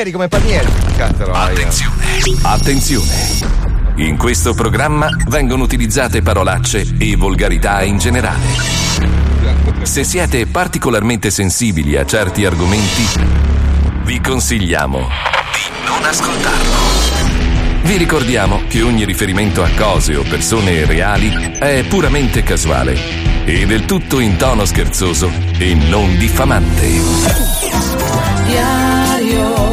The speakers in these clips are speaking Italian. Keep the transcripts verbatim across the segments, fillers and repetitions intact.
Palmieri, come Palmieri. Cantalo, attenzione, attenzione. In questo programma vengono utilizzate parolacce e volgarità in generale. Se siete particolarmente sensibili a certi argomenti, vi consigliamo di non ascoltarlo. Vi ricordiamo che ogni riferimento a cose o persone reali è puramente casuale e del tutto in tono scherzoso e non diffamante. Diario.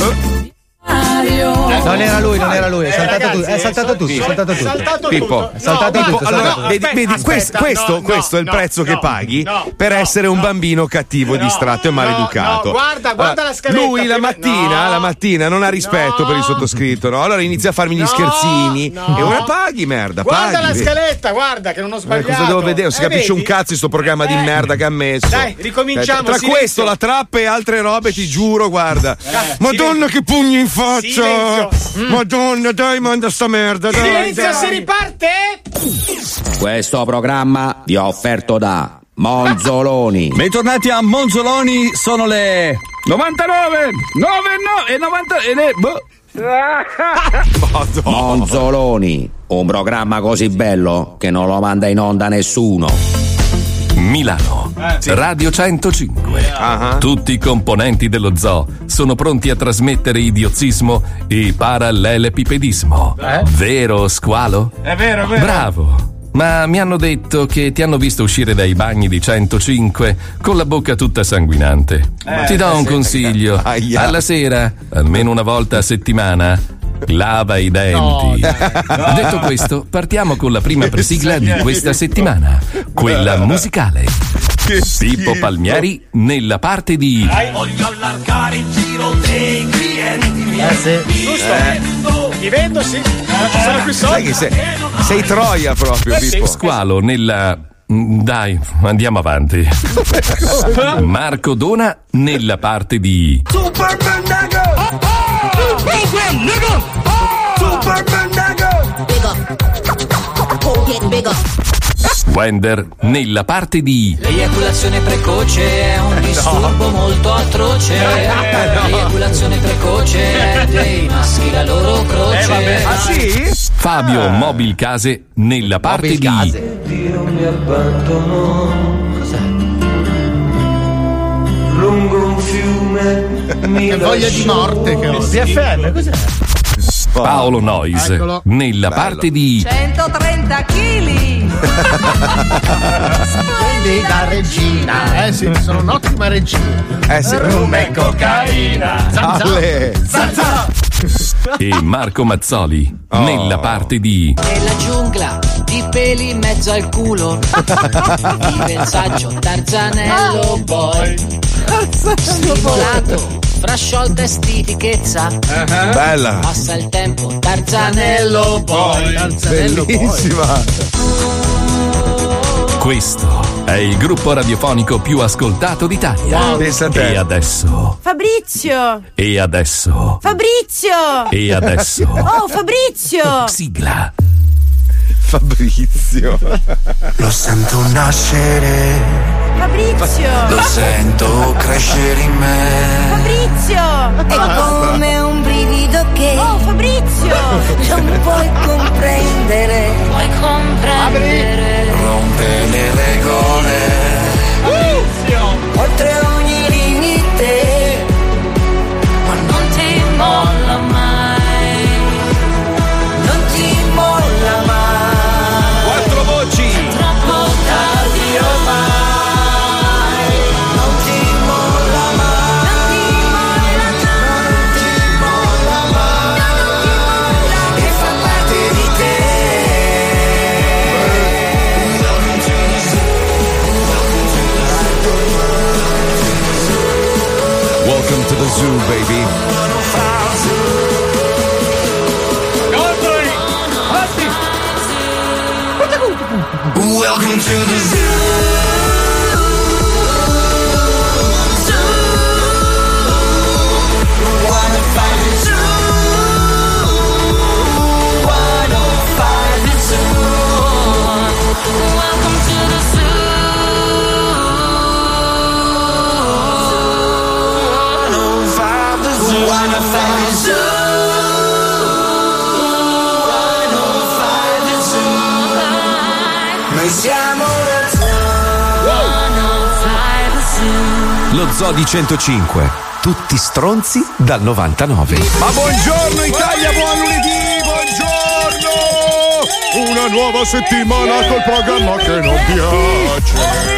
Non era lui, non era lui, è Eh, saltato ragazzi, tutto, è saltato tutto, è saltato tutto. saltato Pippo, tutto. è saltato No, tutto, no, è saltato no, tutto. Vedi, vedi, aspetta, questo, questo, no, questo è il no, prezzo che no, paghi no, per no, essere un no. bambino cattivo, No, distratto e no, maleducato. no, guarda, guarda la scaletta, Lui la prima- mattina, no. la mattina non ha rispetto No. per il sottoscritto, no? Allora inizia a farmi gli No, scherzini no. e ora paghi, merda, Guarda paghi. la scaletta, guarda che non ho Eh, sbagliato. cosa devo vedere? Non si Eh, capisce vedi? un cazzo di sto programma di Eh. merda che ha messo. Dai, ricominciamo, Eh, Tra silenzio. questo, la trappa e altre robe, ti giuro, guarda. Madonna, silenzio. che pugni in faccia! Silenzio. Madonna, dai, manda sta merda, dai. Silenzio, dai. si riparte? Questo programma vi è offerto da Monzoloni. Bentornati a Monzoloni, sono le novantanove, nove, no, e novanta e le, boh. Monzoloni, un programma così bello che non lo manda in onda nessuno. Milano, Radio centocinque. Ah. Tutti i componenti dello zoo sono pronti a trasmettere idiozismo e parallelepipedismo. Vero, Squalo? È vero, è vero. Bravo. Ma mi hanno detto che ti hanno visto uscire dai bagni di centocinque con la bocca tutta sanguinante. Ti do un consiglio. Aia. Alla sera, almeno una volta a settimana, lava i denti. Detto questo, partiamo con la prima presigla di questa settimana, quella musicale. Pippo Palmieri nella parte di Voglio allargare il giro dei clienti miei. Eh sì. Giusto? Ti vendo, sì. Non ci sono più Sai soldi. che sei, sei troia proprio, Eh sì. Pippo. Squalo nella... Dai, andiamo avanti. Marco Dona nella parte di Superman Nugget! Superman Nugget! Superman Nugget! Bigger! Oh, get bigger! Wender nella parte di L'eiaculazione precoce è un disturbo molto atroce. L'eiaculazione precoce è dei maschi la loro croce. Eh, vabbè. Ah sì? Fabio Mobilcase nella parte di Mobilcase. Dio mi abbandono. Cos'è? Lungo un fiume mi Che voglia di morte che ho. B F M, cos'è? Paolo Noyes Eccolo. nella Bello. parte di centotrenta chili. Quindi da regina. Eh sì, sono un'ottima regina. Eh sì. Rum e cocaina. Ale. e Marco Mazzoli Oh. nella parte di Nella giungla di peli in mezzo al culo. Vive il saggio Tarzanello Boy. Stimolato fra sciolta e stitichezza. Bella. Passa il tempo Tarzanello Boy. Bellissima. Questo è il gruppo radiofonico più ascoltato d'Italia. Pensa a te. E adesso Fabrizio. e adesso Fabrizio. e adesso Oh, Fabrizio. sigla. Fabrizio. Lo sento nascere, Fabrizio. lo sento crescere in me. Fabrizio. È come un brivido che Oh, Fabrizio. non puoi comprendere. Puoi comprendere. Rompe le regole. Oltre ogni limite, Ma non ti molla mai. non ti molla mai. Quattro voci. Troppo tardi ormai. Non ti molla mai. Non ti molla mai. Non ti molla mai. E fa parte di te. Welcome to the zoo, baby. Welcome to the zoo. Wanna find the zoo. one oh five the zoo. Welcome to the one oh five the zoo. one Noi siamo Lo Zoo di centocinque. Tutti stronzi dal novantanove. Ma buongiorno Italia, buon lunedì, buongiorno! Una nuova settimana col programma che non piace.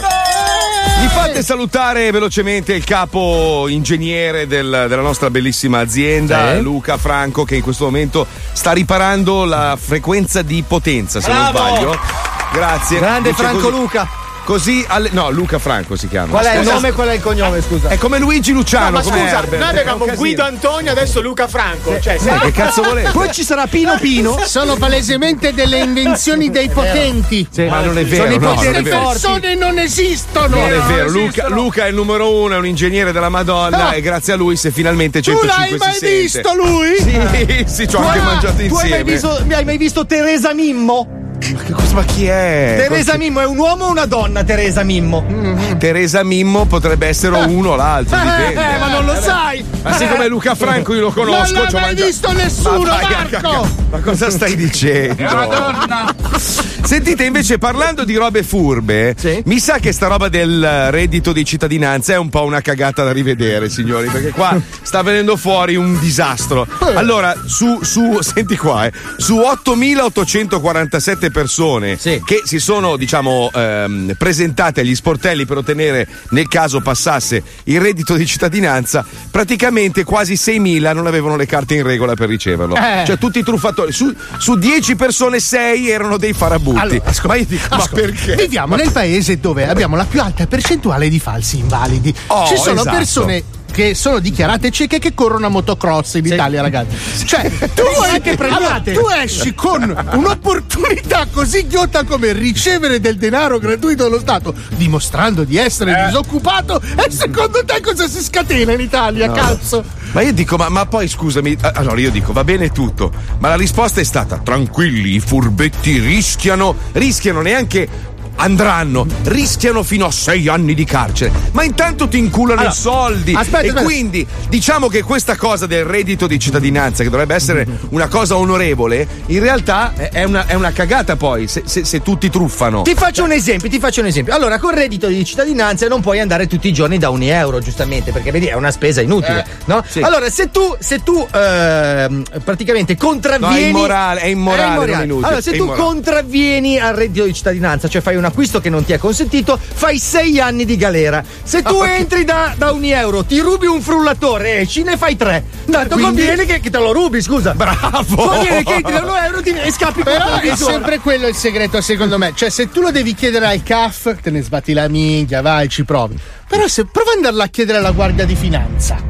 Mi fate salutare velocemente il capo ingegnere del, della nostra bellissima azienda, sì. Luca Franco, che in questo momento sta riparando la frequenza di potenza, se Bravo. non sbaglio. Grazie. Grande Dice Franco così, Luca. Così alle, no, Luca Franco si chiama. Qual è il Scusa. nome e qual è il cognome, scusa? È come Luigi Luciano, No, ma come scusa, Herbert. noi abbiamo È un Guido casino. Antonio, adesso Luca Franco. Cioè, Eh, che cazzo volete? Poi ci sarà Pino Pino. Sono palesemente delle invenzioni dei potenti. Sì. Ma non è vero, Sono i no, non poteri è vero. Le persone non esistono. Non è vero, Non Luca, esistono. Luca è il numero uno, è un ingegnere della Madonna Ah. e grazie a lui se finalmente Tu centocinque l'hai mai si sente. visto lui? Sì, sì, ci ho anche Ah, mangiato tu hai insieme. mai visto, mi hai mai visto Teresa Mimmo? Ma che cosa, ma chi è? Teresa Mimmo è un uomo o una donna, Teresa Mimmo? Teresa Mimmo potrebbe essere uno o l'altro, dipende. Eh, ma non lo sai. Ma siccome Luca Franco io lo conosco, Non l'ha ci ho mai mangiato- visto nessuno, Ma vai a Marco. cacca- Ma cosa stai dicendo? Madonna! Sentite, invece, parlando di robe furbe, Sì. mi sa che sta roba del reddito di cittadinanza è un po' una cagata da rivedere, signori, perché qua sta venendo fuori un disastro. Allora, su, su senti qua, eh, su ottomilaottocentoquarantasette persone Sì. che si sono, diciamo, ehm, presentate agli sportelli per ottenere, nel caso passasse, il reddito di cittadinanza, praticamente quasi seimila non avevano le carte in regola per riceverlo. Eh. Cioè, tutti i truffatori. Su, su dieci persone, sei erano dei farabutti. Allora, ascolta, ma io dico, ma ascolta, perché? Viviamo nel paese dove abbiamo la più alta percentuale di falsi invalidi. Oh, Ci sono esatto. persone che sono dichiarate cieche che corrono a motocross in Italia, ragazzi. Cioè, tu, anche premiate. allora, tu esci con un'opportunità così ghiotta come ricevere del denaro gratuito dallo Stato, dimostrando di essere disoccupato, e secondo te cosa si scatena in Italia, No. cazzo? Ma io dico, ma, ma poi scusami, a- allora io dico, va bene tutto, ma la risposta è stata: tranquilli, i furbetti rischiano, rischiano neanche. Andranno, rischiano fino a sei anni di carcere, ma intanto ti inculano Allora, i soldi. aspetta, e aspetta. quindi diciamo che questa cosa del reddito di cittadinanza, che dovrebbe essere una cosa onorevole, in realtà è- è una, è una cagata poi, se, se- se tutti truffano. Ti faccio un esempio, ti faccio un esempio. Allora, col reddito di cittadinanza non puoi andare tutti i giorni da un euro, giustamente, perché vedi, è una spesa inutile, no? sì. Allora, se tu, se tu ehm, praticamente contravvieni. No, è immorale, è immorale, non inutile, Allora, se è tu immorale. contravvieni al reddito di cittadinanza, cioè fai un acquisto che non ti è consentito, fai sei anni di galera. Se tu Ah, entri da, da un euro, ti rubi un frullatore, esci, ne fai tre. Tanto Quindi- conviene che, che te lo rubi, scusa. Bravo! Conviene che entri da un euro ti- e scappi per Però la è sempre quello il segreto, secondo me. Cioè, se tu lo devi chiedere al C A F, te ne sbatti la minchia, vai, ci provi. Però se prova ad andarla a chiedere alla Guardia di Finanza.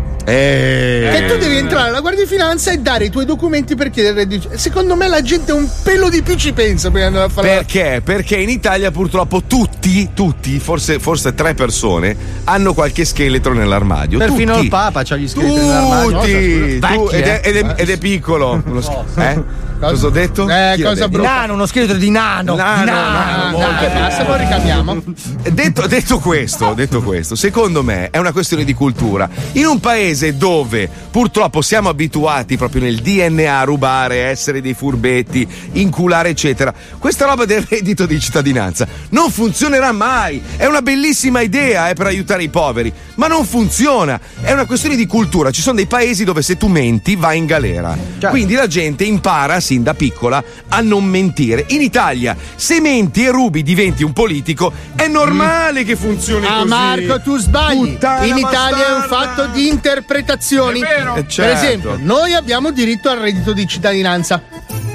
Eh. Che tu devi entrare alla Guardia di Finanza e dare i tuoi documenti per chiedere il reddito. Secondo me la gente un pelo di più ci pensa prima di andare a fare la- Perché? Perché in Italia purtroppo tutti, tutti, forse, forse tre persone hanno qualche scheletro nell'armadio. Perfino tutti. il Papa c'ha gli scheletri nell'armadio. Tutti! Vecchi, Tu- ed, è, eh. ed è- ed è piccolo. Uno sch- eh? Cosa ho detto? Eh, Chi l'ha cosa detto? Di nano, uno scheletro di nano. Nano, di nano. nano, Ah, molto dai, piccolo. basta, poi ricambiamo. Detto, detto questo, detto questo, secondo me è una questione di cultura. In un paese dove purtroppo siamo abituati proprio nel D N A a rubare, essere dei furbetti, inculare, eccetera, questa roba del reddito di cittadinanza non funzionerà mai. È una bellissima idea eh, per aiutare i poveri, ma non funziona. È una questione di cultura. Ci sono dei paesi dove se tu menti vai in galera. Quindi la gente impara sin da piccola a non mentire. In Italia, se menti e rubi diventi un politico, è normale che funzioni Ah, così. Marco, tu sbagli. Puttana In Italia è un bastarda. fatto di interpretazioni. È vero. Eh, Per certo. esempio, noi abbiamo diritto al reddito di cittadinanza.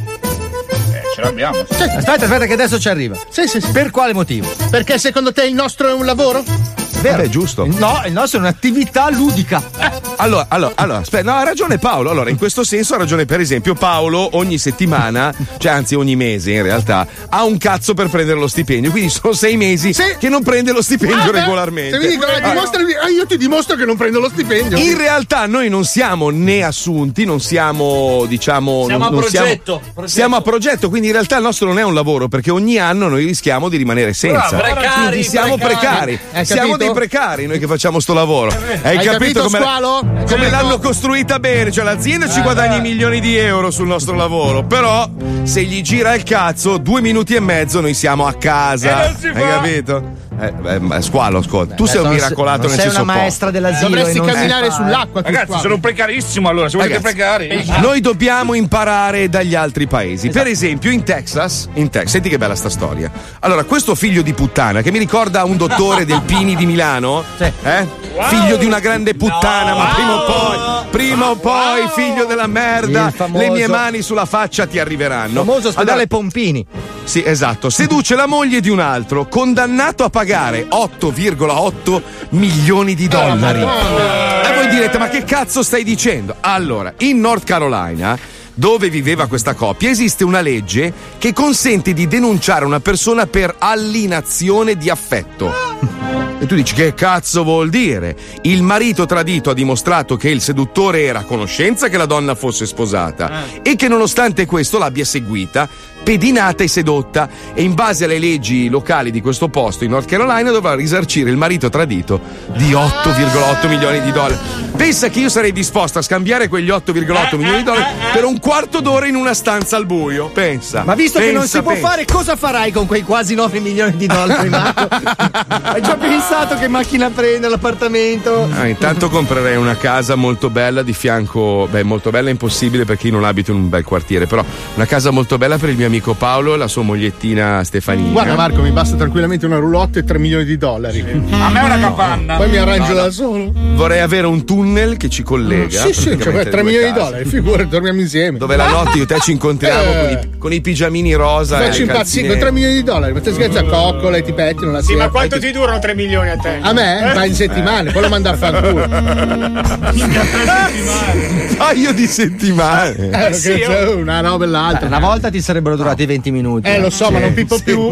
Eh, ce l'abbiamo. sì. Aspetta, aspetta, che adesso ci arriva. Sì, sì, sì. Per quale motivo? Perché secondo te il nostro è un lavoro? Vero. Vabbè, giusto. No, il nostro è un'attività ludica. Allora, allora, allora, aspetta, no, ha ragione Paolo. Allora, in questo senso ha ragione, per esempio, Paolo ogni settimana, cioè anzi ogni mese in realtà, ha un cazzo per prendere lo stipendio. Quindi sono sei mesi Sì. che non prende lo stipendio Ah, beh, regolarmente. Se mi dicono, eh, Ah, dimostrami- ah, io ti dimostro che non prendo lo stipendio. In realtà noi non siamo né assunti, non siamo, diciamo. Siamo non, a non progetto, Siamo, progetto. siamo a progetto, quindi in realtà il nostro non è un lavoro, perché ogni anno noi rischiamo di rimanere senza. Bravo, precari, quindi siamo precari. precari. Hai Siamo capito? dei dei precari noi che facciamo sto lavoro. Hai, Hai capito, come, Squalo? come Capito? l'hanno costruita bene? Cioè l'azienda ci guadagna milioni di euro sul nostro lavoro, però se gli gira il cazzo, due minuti e mezzo noi siamo a casa. E non si Hai fa. capito? Eh, beh, Squalo, ascolta, tu Beh, sei un non miracolato non nel sei senso una maestra dell'asilo. Dovresti e non camminare si fa, sull'acqua, tu, Ragazzi, Squalo. sono un precarissimo allora, se volete Ragazzi, precari. Noi dobbiamo imparare dagli altri paesi. Per esempio, in Texas, in Texas, senti che bella sta storia. Allora, questo figlio di puttana che mi ricorda un dottore del Pini di Milano, eh? Figlio di una grande puttana, ma prima o poi, prima o poi, figlio della merda, Il famoso- le mie mani sulla faccia ti arriveranno. famoso ospedale Allora- Pompini. Sì, esatto. Seduce la moglie di un altro, condannato a pagare otto virgola otto milioni di dollari. E voi direte, ma che cazzo stai dicendo? Allora, in North Carolina, dove viveva questa coppia, esiste una legge che consente di denunciare una persona per alienazione di affetto. E tu dici, che cazzo vuol dire? Il marito tradito ha dimostrato che il seduttore era a conoscenza che la donna fosse sposata e che nonostante questo l'abbia seguita, pedinata e sedotta, e in base alle leggi locali di questo posto in North Carolina dovrà risarcire il marito tradito di otto virgola otto milioni di dollari. Pensa che io sarei disposto a scambiare quegli otto virgola otto milioni di dollari per un quarto d'ora in una stanza al buio. Pensa. Ma visto che non Pensa, si può pensa. fare, cosa farai con quei quasi nove milioni di dollari, Marco? Hai già pensato che macchina prende, l'appartamento? Ah, intanto comprerei una casa molto bella di fianco, beh, molto bella è impossibile perché io non abito in un bel quartiere, però una casa molto bella per il mio amico Paolo e la sua mogliettina Stefanina. Guarda Marco, mi basta tranquillamente una roulotte e tre milioni di dollari. A me una capanna. Poi mi arrangio No, no. da solo. Vorrei avere un tunnel che ci collega. Sì, sì, cioè praticamente tre le due milioni di case. dollari, figurati, dormiamo insieme. Dove la notte io e te ci incontriamo Eh. con, i, con i pigiamini rosa. Facci e le impazzire calzine. con tre milioni di dollari, ma te scherzi a coccole, ti pettino la Sì, sera. ma quanto ti durano tre milioni a te? A me? Ma in settimane, poi lo manda a fanculo. Un paio di settimane. Eh, sì, che c'è una roba e l'altra. Una volta ti sarebbero durati venti minuti. Eh, lo so, ma non pippo più.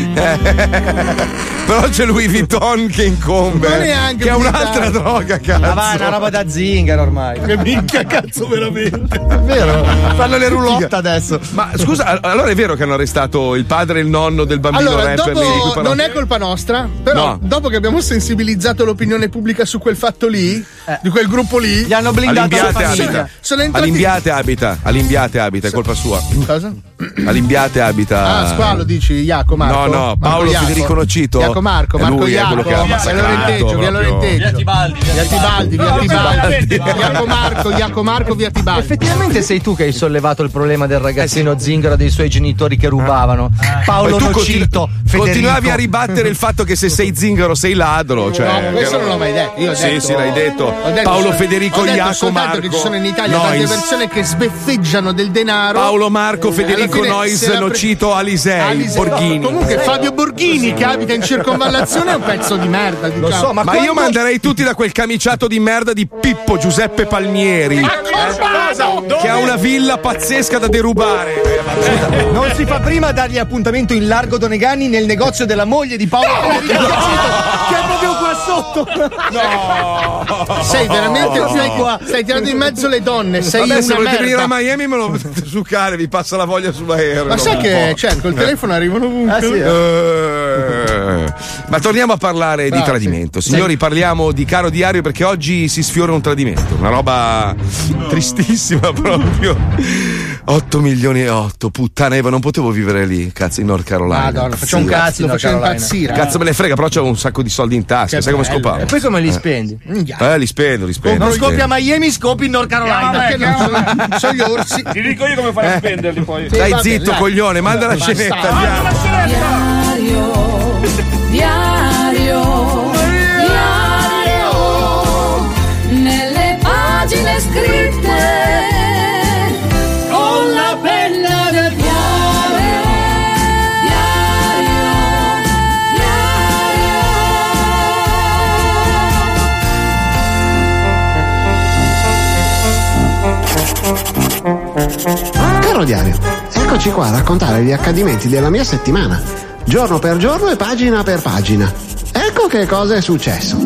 Però c'è Louis Vuitton che incombe. Ma neanche che è un un'altra dito. droga, cazzo. Ma va, è una roba da zingaro ormai. Che minchia cazzo, veramente. È vero, fanno le roulotte adesso. Ma scusa, allora è vero che hanno arrestato il padre e il nonno del bambino Allora, rapper lì di cui dopo parla- non è colpa nostra, però No. dopo che abbiamo sensibilizzato l'opinione pubblica su quel fatto lì, di quel gruppo lì, Gli hanno blindato la All'Imbiate famiglia. abita. sono entrati. All'Imbiate abita, all'Imbiate abita, è colpa sua. Cosa? All'Imbiate abita. Ah, Squalo dici, Iaco Marco. No, no, Marco Paolo Iaco. Federico Nocito. Iaco Marco, È Marco lui, è Iaco. quello che ha Via massacrato Lorenteggio, via proprio. Lorenteggio. Via Tibaldi. Via Tibaldi, via Tibaldi. Iaco Marco, Iaco Marco, via Tibaldi. Effettivamente sei tu che hai sollevato il problema del ragazzino zingaro dei suoi genitori che rubavano. Paolo E tu Nocito, continu- Federico. continuavi a ribattere il fatto che se sei zingaro sei ladro. Cioè, No, questo non l'ho mai detto. Io ho Sì, detto, sì, l'hai detto. ho detto- Paolo Federico ho detto Iaco soltanto Marco. che ci sono in Italia Nois. tante persone che sbeffeggiano del denaro. Paolo Marco, Eh, Federico alla fine Nois, se la pre- Nocito, Alisei, Alisei. Borghini. Comunque Fabio Borghini che abita in circonvallazione è un pezzo di merda, diciamo. Lo so, ma, Ma quando- io manderei tutti da quel camiciato di merda di Pippo Giuseppe Palmieri, che ha una villa pazzesca da derubare. non si fa prima a dargli appuntamento in Largo Donegani nel negozio della moglie di Paolo Federico Nocito, che è proprio qua sotto. Sei veramente No, stai, no. qua- stai tirando in mezzo le donne, sei Vabbè, se una volete venire a merda. Miami me lo potete succare, vi passa la voglia sull'aereo. Ma sai non che può. cioè, col telefono arrivano ovunque. Ah, sì, Eh, Ma torniamo a parlare Bravo, di tradimento. sì. Signori, parliamo di caro diario perché oggi si sfiora un tradimento. Una roba tristissima proprio. otto milioni e otto, puttana Eva, non potevo vivere lì, cazzo, in North Carolina. Madonna, faccio un Sì. cazzo, lo North faccio Carolina. impazzire. Cazzo me ne frega, però c'avevo un sacco di soldi in tasca, Che sai come bello. scopavo? E poi come li spendi? Eh, li spendo, li spendo. Non li scopi a spendo. Miami, scopi in North Carolina. Perché non sono, sono gli orsi. Ti dico io come fai a spenderli poi. Sì, Dai vabbè, zitto, dai. coglione, manda la Basta. scenetta, Ah, andiamo. Diario, diario, nelle pagine scritte con la penna del diario, diario, Caro diario, eccoci qua a raccontare gli accadimenti della mia settimana, giorno per giorno e pagina per pagina. Ecco che cosa è successo.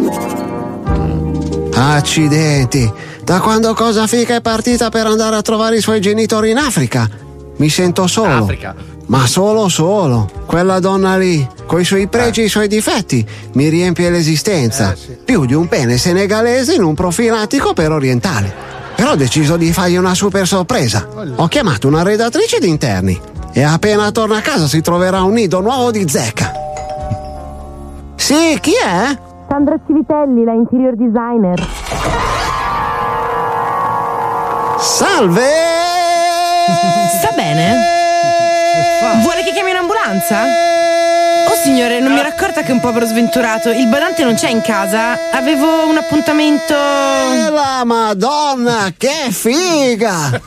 Accidenti, da quando Cosa Fica è partita per andare a trovare i suoi genitori in Africa, mi sento solo. Africa. ma solo solo. Quella donna lì, coi suoi pregi e i suoi difetti, mi riempie l'esistenza. Più di un pene senegalese in un profilattico per orientale. Però ho deciso di fargli una super sorpresa. Ho chiamato una redattrice di interni e appena torna a casa si troverà un nido nuovo di zecca. Sì, chi è? Sandra Civitelli, la interior designer. Salve! Sta bene? Vuole che chiami un'ambulanza? Oh signore, non mi ero accorta che è un povero sventurato. Il badante non c'è in casa. Avevo un appuntamento. Eh, la Madonna, che figa!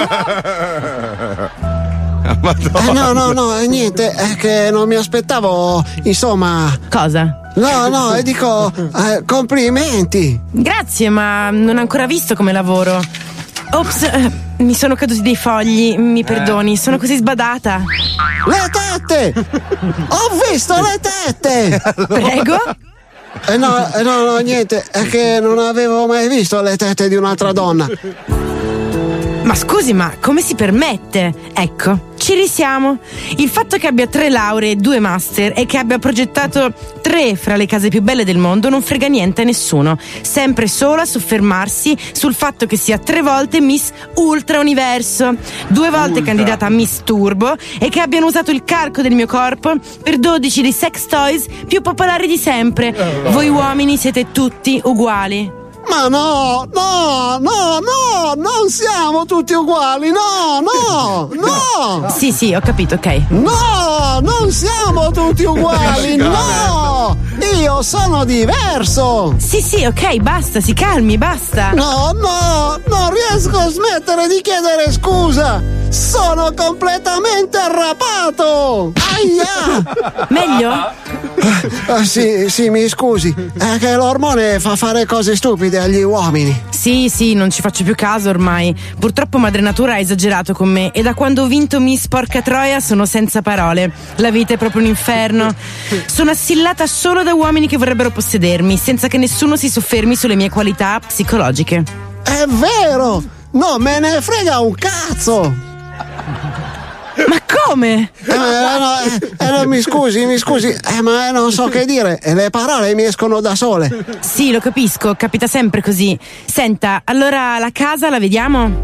Eh, no, no, no, niente, è che non mi aspettavo, insomma. Cosa? No, no, e dico, eh, complimenti. Grazie, ma non ho ancora visto come lavoro. Ops, eh, mi sono caduti dei fogli, mi perdoni, sono così sbadata. Le tette! Ho visto le tette! Prego? Eh no, eh no, no, niente, è che non avevo mai visto le tette di un'altra donna. Ma scusi, ma come si permette? Ecco, ci risiamo. Il fatto che abbia tre lauree e due master e che abbia progettato tre fra le case più belle del mondo non frega niente a nessuno. Sempre solo a soffermarsi sul fatto che sia tre volte Miss Ultra Universo, due volte Ultra. Candidata a Miss Turbo e che abbiano usato il calco del mio corpo per dodici dei sex toys più popolari di sempre. Voi uomini siete tutti uguali. Ma no, no, no, no, non siamo tutti uguali, no, no, no! Sì, sì, ho capito, ok. No, non siamo tutti uguali, no! Io sono diverso! Sì, sì, ok, basta, si calmi, basta. No, no, non riesco a smettere di chiedere scusa! Sono completamente arrapato! Aia! Meglio? Ah, sì, sì, mi scusi. È che l'ormone fa fare cose stupide agli uomini. Sì, sì, non ci faccio più caso ormai. Purtroppo Madre Natura ha esagerato con me e da quando ho vinto Miss Porca Troia sono senza parole. La vita è proprio un inferno. Sono assillata solo da uomini che vorrebbero possedermi, senza che nessuno si soffermi sulle mie qualità psicologiche. È vero! Non me ne frega un cazzo! Ma come? Eh, no, eh, eh, mi scusi, mi scusi, eh, ma non so che dire, e le parole mi escono da sole. Sì, lo capisco, capita sempre così. Senta, allora la casa la vediamo?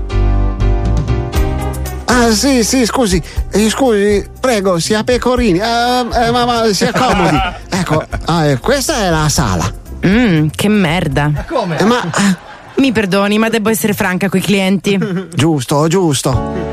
Ah, sì, sì, scusi, eh, scusi, prego, sia pecorini, eh, eh, ma, ma si accomodi. Ecco, eh, questa è la sala. Mmm, che merda. Ma come? Eh, ma... Eh, mi perdoni, ma devo essere franca coi clienti. Giusto, giusto.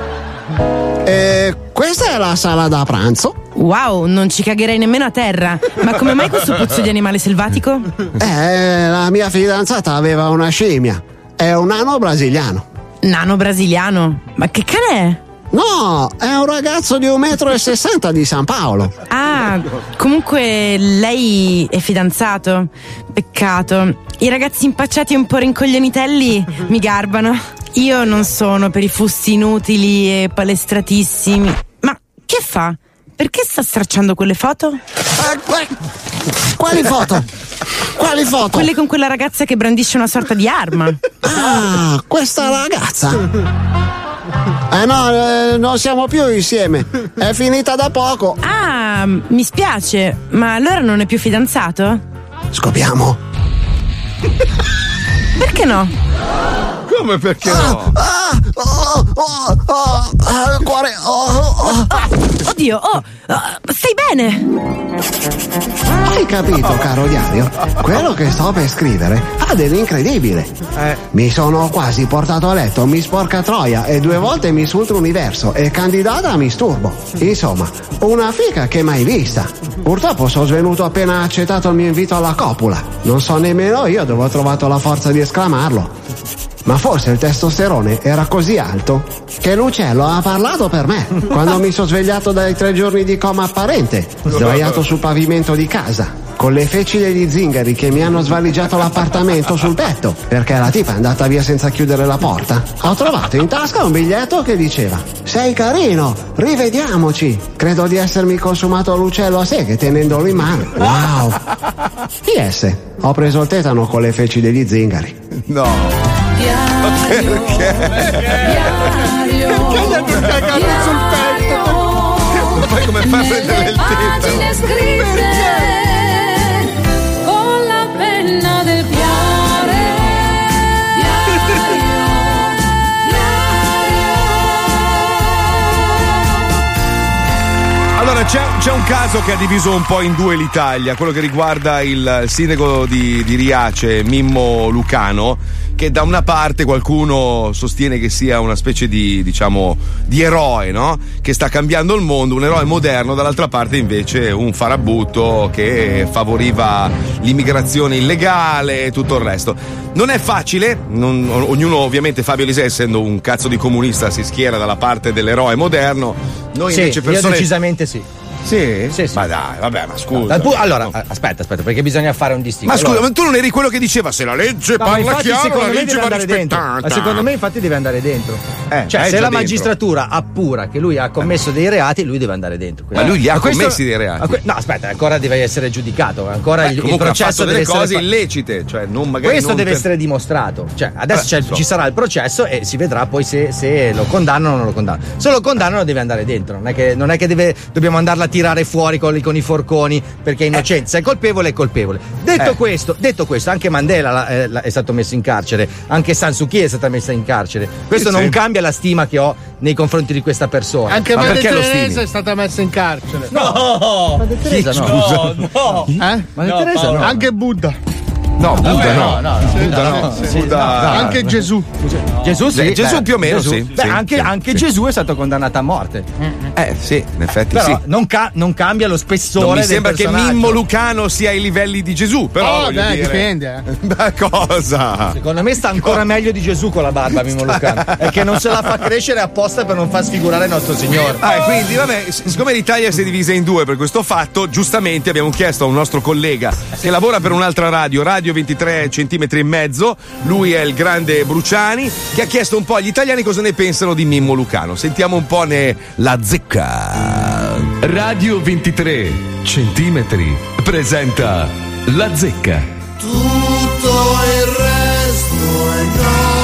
E questa è la sala da pranzo. Wow, non ci cagherei nemmeno a terra. Ma come mai questo puzzo di animale selvatico? Eh, la mia fidanzata aveva una scimmia. È un nano brasiliano. Nano brasiliano? Ma che cane è? No, è un ragazzo di un metro e sessanta di San Paolo. Ah, comunque lei è fidanzato? Peccato. I ragazzi impacciati e un po' rincoglionitelli mi garbano. Io non sono per i fusti inutili e palestratissimi. Ma che fa? Perché sta stracciando quelle foto? Eh, quali foto? Quali foto? Quelle con quella ragazza che brandisce una sorta di arma. Ah, questa ragazza? Eh no, eh, non siamo più insieme. È finita da poco. Ah, mi spiace. Ma allora non è più fidanzato? Scopriamo. Perché no? Come perché no? Ah, oh, oh, oh, oh, il cuore. Oh, oh. Oddio, oh, stai bene? Hai capito, caro diario? Quello che sto per scrivere ha dell'incredibile. Eh. Mi sono quasi portato a letto Miss Porca Troia e due volte Miss Ultra Universo e candidata a Miss Turbo. Insomma, una figa che mai vista. Purtroppo sono svenuto appena accettato il mio invito alla copula. Non so nemmeno io dove ho trovato la forza di esclamarlo. Ma forse il testosterone era così alto che l'uccello ha parlato per me quando mi sono svegliato dai tre giorni di coma apparente, sdraiato sul pavimento di casa, con le feci degli zingari che mi hanno svaligiato l'appartamento sul petto, perché la tipa è andata via senza chiudere la porta. Ho trovato in tasca un biglietto che diceva: sei carino, rivediamoci. Credo di essermi consumato l'uccello a seghe tenendolo in mano. Wow. P S. Ho preso il tetano con le feci degli zingari. No. Diario, perché? Diario, Perché gli hanno cagato sul petto? per far prendere il pagine scritte con la penna del piare. Allora c'è, c'è un caso che ha diviso un po' in due l'Italia, quello che riguarda il sindaco di, di Riace, Mimmo Lucano, che da una parte qualcuno sostiene che sia una specie di, diciamo, di eroe, no? Che sta cambiando il mondo, un eroe moderno, dall'altra parte invece un farabutto che favoriva l'immigrazione illegale e tutto il resto. Non è facile, non, ognuno ovviamente, Fabio Lisei essendo un cazzo di comunista si schiera dalla parte dell'eroe moderno, noi sì, invece persone... io decisamente sì. Sì? Sì, sì. Ma dai, vabbè, ma scusa. Pu- allora, aspetta, aspetta, perché bisogna fare un distinguo. Ma scusa, allora, ma tu non eri quello che diceva se la legge no, parla chiaro, la legge va rispettata. rispettata. Ma secondo me infatti deve andare dentro. Eh, cioè, è se già la dentro. magistratura appura che lui ha commesso dei reati, lui deve andare dentro. Ma lui li ha Ma questo- commessi dei reati? ma que- No, aspetta, ancora deve essere giudicato. Ancora Beh, il, il comunque processo ha fatto deve delle essere cose fa- illecite, cioè non magari Questo non deve per- essere dimostrato. Cioè, adesso Eh, c'è- so. ci sarà il processo e si vedrà poi se, se lo condannano o non lo condannano. Se lo condannano deve andare dentro. Non è che, non è che deve, dobbiamo andarla a tirare fuori con, con i forconi perché è innocente. Se è colpevole è colpevole. Detto Eh. questo, detto questo, anche Mandela la- eh, la- è stato messo in carcere, anche San Suu Kyi è stata messa in carcere. Questo Sì, non sì. cambia la stima che ho nei confronti di questa persona. Anche Ma Madre perché lo Teresa stimi? è stata messa in carcere. No! Madre Teresa no. Scusa. No, Eh? Madre No, Teresa Paolo. no. Anche Buddha. No, Buddha no. no, no, no. Buddha no. Sì, Buddha- no, no. Anche Gesù. Gesù sì, Beh, Gesù beh, più o meno, Gesù. sì. Beh, Sì, anche, sì, anche sì. Gesù è stato condannato a morte. Eh sì, in effetti Però sì. non, ca- non cambia lo spessore Non mi del sembra che personaggio. Mimmo Lucano sia ai livelli di Gesù, però Oh, voglio beh, dire... dipende, eh. Ma cosa? Secondo me sta ancora meglio di Gesù con la barba, Mimmo Lucano. È che non se la fa crescere apposta per non far sfigurare il nostro Signore. Ah, e quindi, vabbè, s- siccome l'Italia si è divisa in due per questo fatto, giustamente abbiamo chiesto a un nostro collega che lavora per un'altra radio, Radio ventitré centimetri e mezzo, lui è il grande Bruciani, che ha chiesto un po' agli italiani cosa ne pensano di Mimmo Lucano. Sentiamo un po' ne la zecca. Radio ventitré centimetri presenta La Zecca. Tutto il resto è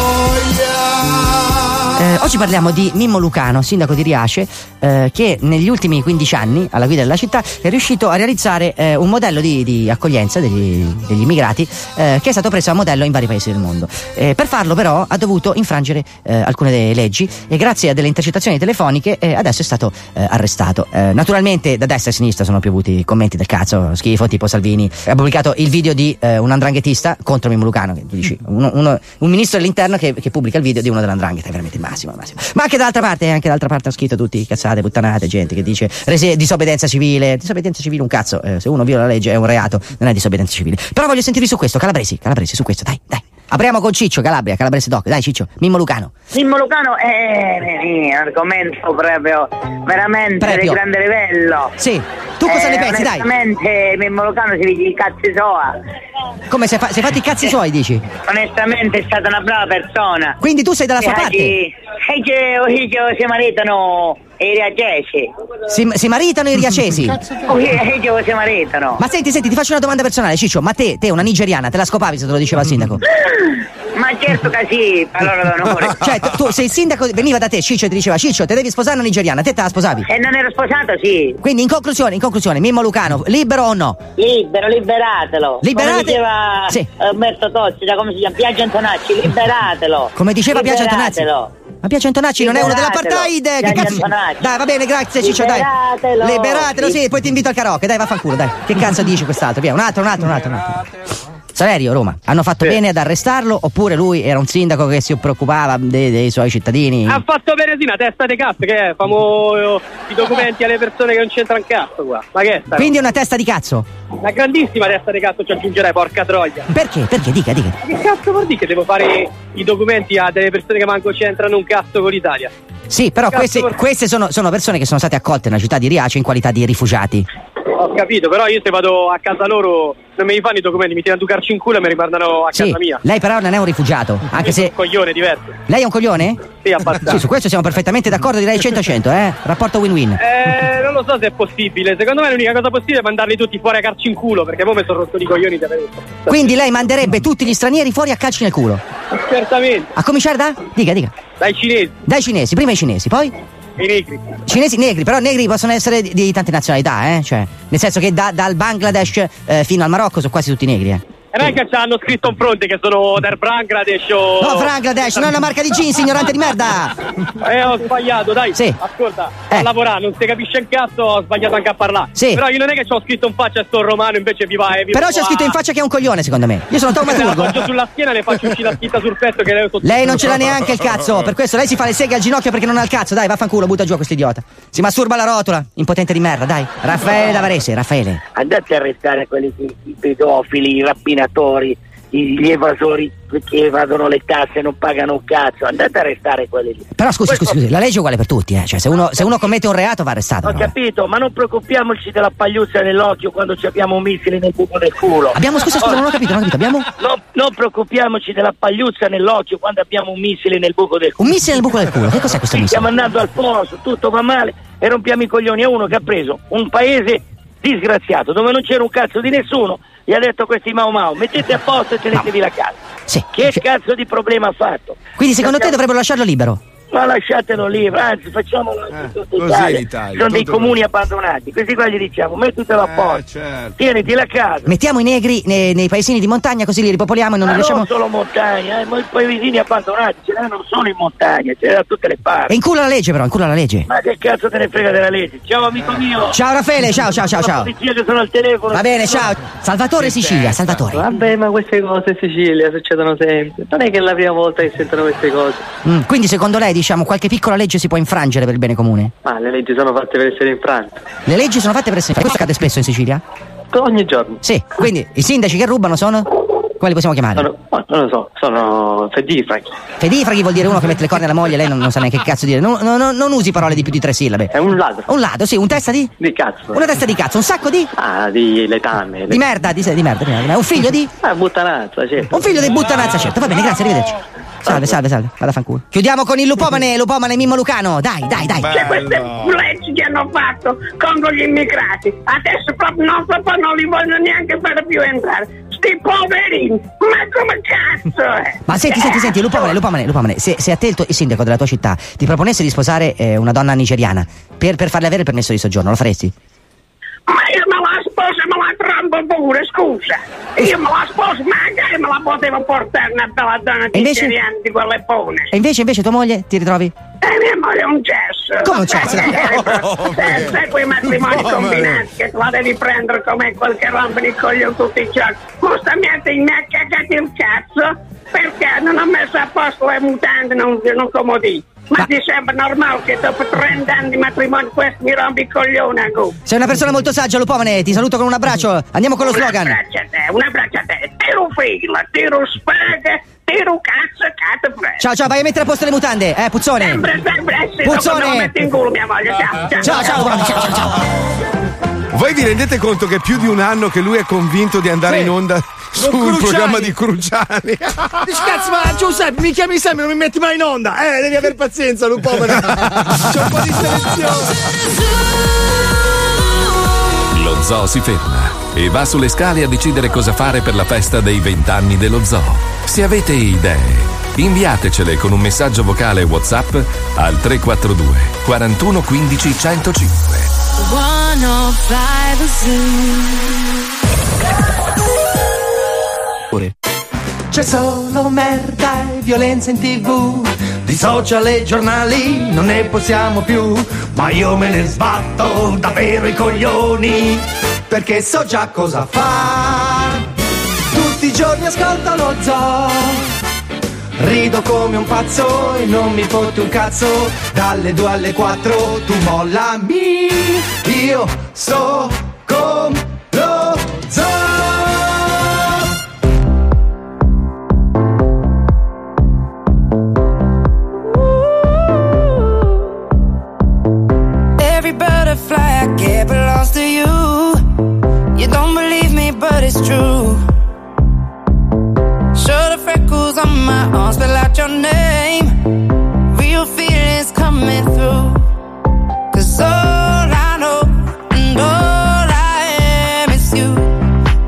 noia. Eh, oggi parliamo di Mimmo Lucano, sindaco di Riace, eh, che negli ultimi quindici anni alla guida della città è riuscito a realizzare eh, un modello di, di accoglienza degli, degli immigrati eh, che è stato preso a modello in vari paesi del mondo. Eh, per farlo però ha dovuto infrangere eh, alcune delle leggi e grazie a delle intercettazioni telefoniche eh, adesso è stato eh, arrestato. Eh, naturalmente da destra e a sinistra sono piovuti commenti del cazzo, schifo, tipo Salvini ha pubblicato il video di eh, un andranghetista contro Mimmo Lucano, che tu dici, uno, uno, un ministro dell'interno che, che pubblica il video di uno dell'andrangheta, è veramente il massimo, il massimo. Ma anche dall'altra parte, anche dall'altra parte hanno scritto tutti cazzate, puttanate, gente che dice rese- disobbedienza civile, disobbedienza civile un cazzo, eh, se uno viola la legge è un reato, non è disobbedienza civile. Però voglio sentirvi su questo, Calabresi, Calabresi, su questo, dai, dai. Apriamo con Ciccio, Calabria, Calabrese Doc, dai Ciccio, Mimmo Lucano. Mimmo Lucano è un argomento proprio veramente Proprio. di grande livello. Sì, tu cosa Eh, ne pensi, dai? Onestamente Mimmo Lucano si vede i cazzi sua. Come si è, fa- si è fatti i cazzi suoi, dici? Onestamente è stata una brava persona. Quindi tu sei dalla sua E parte? oggi- e che oggi si maritano i riacesi. Si, si maritano i riacesi? Oggi si maritano. Ma senti, senti, ti faccio una domanda personale, Ciccio, ma te, te una nigeriana, te la scopavi se te lo diceva il sindaco? Ma certo che sì, parola d'onore. Cioè, tu, tu- se il sindaco veniva da te, Ciccio, e ti diceva, Ciccio, te devi sposare una nigeriana, te te la sposavi? E non ero sposato, sì. Quindi in conclusione, in conclusione, Mimmo Lucano, libero o no? Libero, liberatelo. Liberate- Come diceva Sì. eh, Umberto Tozzi, da come si chiama? Biagio Antonacci, liberatelo. Come diceva Biagio Antonacci? Liberatelo. Ma Biagio Antonacci non è uno Liberatelo. dell'apartheid? Che Biagio cazzo? Antonacci. Dai, va bene, grazie Ciccio, dai. Liberatelo. Liberatelo, sì, poi ti invito al karaoke, dai, vaffanculo, dai. Che cazzo dice quest'altro? Via, un altro, un altro, un altro, un altro. Saverio, Roma, hanno fatto bene ad arrestarlo oppure lui era un sindaco che si preoccupava dei, dei suoi cittadini? Ha fatto bene sì, una testa di cazzo, che è? Famo eh, i documenti alle persone che non c'entrano un cazzo qua. Ma che è sta? Quindi è una testa di cazzo? Una grandissima testa di cazzo ci aggiungerei, porca troia. Perché? Perché? Dica, dica. Che cazzo vuol dire che devo fare i documenti a delle persone che manco c'entrano un cazzo con l'Italia? Sì, però Cazzo, queste, por- queste sono, sono persone che sono state accolte nella città di Riace in qualità di rifugiati. Ho capito, però io se vado a casa loro non mi fanno i documenti, mi tirano due calci in culo e me li mandano a Sì, casa mia. lei però non è un rifugiato, anche Io sono se... un coglione diverso. Lei è un coglione? Sì, abbastanza. Sì, su questo siamo perfettamente d'accordo, direi cento a cento, eh? Rapporto win-win. Eh, non lo so se è possibile. Secondo me l'unica cosa possibile è mandarli tutti fuori a calci in culo, perché poi mi sono rotto i coglioni di avere. Quindi lei manderebbe tutti gli stranieri fuori a calci nel culo? Certamente. A cominciare da? Dica, dica. Dai cinesi. Dai cinesi, prima i cinesi, poi? I negri. Cinesi negri, però negri possono essere di, di tante nazionalità, eh? Cioè, nel senso che da, dal Bangladesh eh, fino al Marocco sono quasi tutti negri, eh. E non è che ci hanno scritto in fronte che sono del Bangladesh o... No, Bangladesh, non è una marca di jeans, ignorante di merda! Eh, ho sbagliato, dai. Sì. Ascolta, Eh. a lavorare, non si capisce un cazzo, ho sbagliato anche a parlare. Sì. Però io non è che ci ho scritto in faccia sto romano, invece vi va... Eh, vi Però va- c'è scritto in faccia che è un coglione, secondo me. Io sono Se la taumaturgo. appoggio sulla schiena ne faccio uscire la scritta sul petto che lei sotto. Lei non ce l'ha neanche il cazzo, per questo lei si fa le seghe al ginocchio perché non ha il cazzo. Dai, vaffanculo, butta giù a questo idiota. Si masturba alla rotola, impotente di merda, dai. Raffaele da Varese, Raffaele. Andate a arrestare quelli i i pedofili, i rapinatori, i- gli evasori che evadono le tasse e non pagano un cazzo. Andate a arrestare quelli lì. Però scusi, Questo- scusi, scusi, la legge è uguale per tutti, eh. Cioè, se uno, se uno commette un reato va arrestato. Ho però, eh. capito, ma non preoccupiamoci della pagliuzza nell'occhio quando ci abbiamo un missile nel buco del culo. Abbiamo, scusa, scusa, non ho capito, non ho capito. Abbiamo No, non preoccupiamoci della pagliuzza nell'occhio quando abbiamo un missile nel buco del culo. un missile nel buco del culo. Che cos'è questo Sì, missile? stiamo andando al posto, tutto va male e rompiamo i coglioni a uno che ha preso un paese disgraziato dove non c'era un cazzo di nessuno, gli ha detto a questi Mau Mau mettete a posto e tenetevi la casa. Sì. Che cazzo di problema ha fatto? Quindi secondo te Facciamo- dovrebbero lasciarlo libero? Ma lasciatelo libero, anzi facciamolo anche in tutta così Italia. in Italia, Sono dei tutto comuni abbandonati, questi qua gli diciamo mettitelo a posto, certo. tieniti la casa. Mettiamo i negri nei, nei paesini di montagna così li ripopoliamo e non Ma li lasciamo. non solo montagna, eh, ma i paesini abbandonati ce l'hanno non solo in montagna, ce l'hanno da tutte le E parti. in culo la legge, però, in culo la legge. Ma che cazzo te ne frega della legge? Ciao amico mio. Ciao Raffaele, ciao, ciao, ciao, Sono ciao. la polizia che sono al telefono. Va bene, ciao. Salvatore Sicilia, Salvatore. Vabbè, ma queste cose in Sicilia succedono sempre. Non è che è la prima volta che sentono queste cose. Mm, quindi secondo lei, diciamo, qualche piccola legge si può infrangere per il bene comune? Ma le leggi sono fatte per essere infrante. Le leggi sono fatte per essere. Questo accade spesso in Sicilia? Ogni giorno. Sì, quindi i sindaci che rubano sono? Quali possiamo chiamare? Sono, oh, non lo so, sono fedifraghi. Fedifraghi vuol dire uno che mette le corna alla moglie, lei non, non sa neanche che cazzo dire. Non, non- non- non usi parole di più di tre sillabe. È un ladro. Un ladro, sì, un testa di? Di cazzo. Una testa di cazzo, un sacco di? Ah, di letame. Di merda, di, di merda, di merda. Un figlio di? Ah, buttanazza, certo. Un figlio di buttanazza, certo. Va bene, grazie, arrivederci. Salve, salve, salve. Vada a fanculo. Chiudiamo con il lupomane, lupomane Mimmo Lucano. Dai, dai, dai. C'è queste leggi che hanno fatto contro gli immigrati. Adesso proprio non, proprio non li voglio neanche fare più entrare. Sti poverini, ma come cazzo è? Ma senti, senti, senti, lupomane, lupomane, lupomane. Se, se a te il, tuo- il sindaco della tua città ti proponesse di sposare eh, una donna nigeriana per, per farle avere il permesso di soggiorno, lo faresti? Ma io me la sposo e me la trombo pure, scusa. Io me la sposo, magari me la potevo portare una bella donna E invece? nigeriana di quelle buone. E invece, invece tua moglie ti ritrovi? E mia moglie è un cesso. Come un cesso? Se sai quei matrimoni No, combinati che la devi prendere come quel che rompono i coglioni tutti i giorni. Giustamente mi ha cagato il cazzo perché non ho messo a posto le mutande, non, non comodi. Ma, ti sembra normale che dopo trenta anni di matrimonio questo mi rompi i coglioni a go? Sei una persona molto saggia, lupomane. Ti saluto con un abbraccio. Andiamo con lo slogan. Un abbraccio a te, un abbraccio a te. Tiro fila, tiro spaga, tiro cazzo, cazzo fresco. Ciao, ciao, vai a mettere a posto le mutande. Eh, puzzone. Sempre, sempre, eh, sì, Puzzone. dopo me lo metto in culo mia moglie. Ciao, ciao, Ciao, ciao, ciao, ciao, ciao. Voi vi rendete conto che è più di un anno che lui è convinto di andare Sì. in onda sul Cruciani. programma di Cruciani? Dici cazzo, ma Giuseppe, mi chiami sempre, non mi metti mai in onda. Eh, devi aver pazienza, lupomane. C'è un po' di selezione. Lo zoo si ferma e va sulle scale a decidere cosa fare per la festa dei vent'anni dello zoo. Se avete idee, inviatecele con un messaggio vocale WhatsApp al tre quattro due quarantuno quindici centocinque. C'è solo merda e violenza in tv, di social e giornali non ne possiamo più, ma io me ne sbatto davvero i coglioni, perché so già cosa fa. Tutti i giorni ascolto lo zoo, rido come un pazzo e non mi fotte un cazzo, dalle due alle quattro tu mollami, io so con lo zoo. Every butterfly I get belongs to you. You don't believe me, but it's true. Show the freckles on my arms, spell out your name. Real feelings coming through. Cause all I know and all I am is you.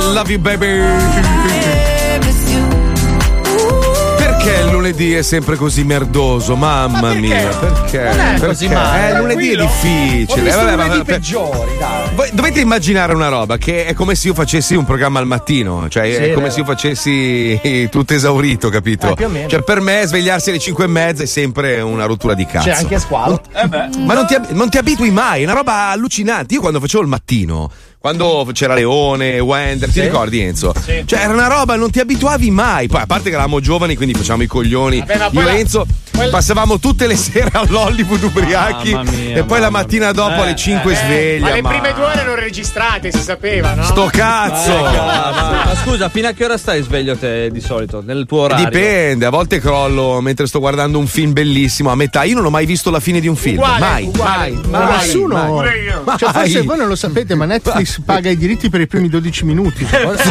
I love you baby. Perché il lunedì è sempre così merdoso? Mamma Ma perché? mia, perché? Non è Perché? così male, Eh, lunedì è tranquillo. difficile. Ho visto Vabbè, lunedì ma- peggiori, dai. Voi dovete immaginare una roba che è come se io facessi un programma al mattino, cioè Sì, è è come vero. se io facessi tutto esaurito, capito? Eh, più o meno. Cioè per me svegliarsi alle cinque e mezza è sempre una rottura di cazzo. C'è anche a squalo. Ma non ti, ab- non ti abitui mai, è una roba allucinante. Io quando facevo il mattino, quando c'era Leone, Wender, ti Sì. ricordi Enzo? Sì. Cioè era una roba, non ti abituavi mai. Poi a parte che eravamo giovani, quindi facciamo i coglioni. Vabbè, ma Io poi e la- Enzo poi- passavamo tutte le sere all'Hollywood ubriachi Mamma mia, e poi la mattina dopo Eh, alle cinque Eh, sveglia. ma le ma- prime due ore erano registrate, si sapeva, no? Sto cazzo! Ma, ma- ma scusa, fino a che ora stai sveglio te di solito? Nel tuo orario? Dipende, a volte crollo mentre sto guardando un film bellissimo a metà. Io non ho mai visto la fine di un film. Uguale, mai, uguale. mai, Ma mai, nessuno. mai. Cioè, Mai. forse voi non lo sapete, ma Netflix paga i diritti per i primi dodici minuti.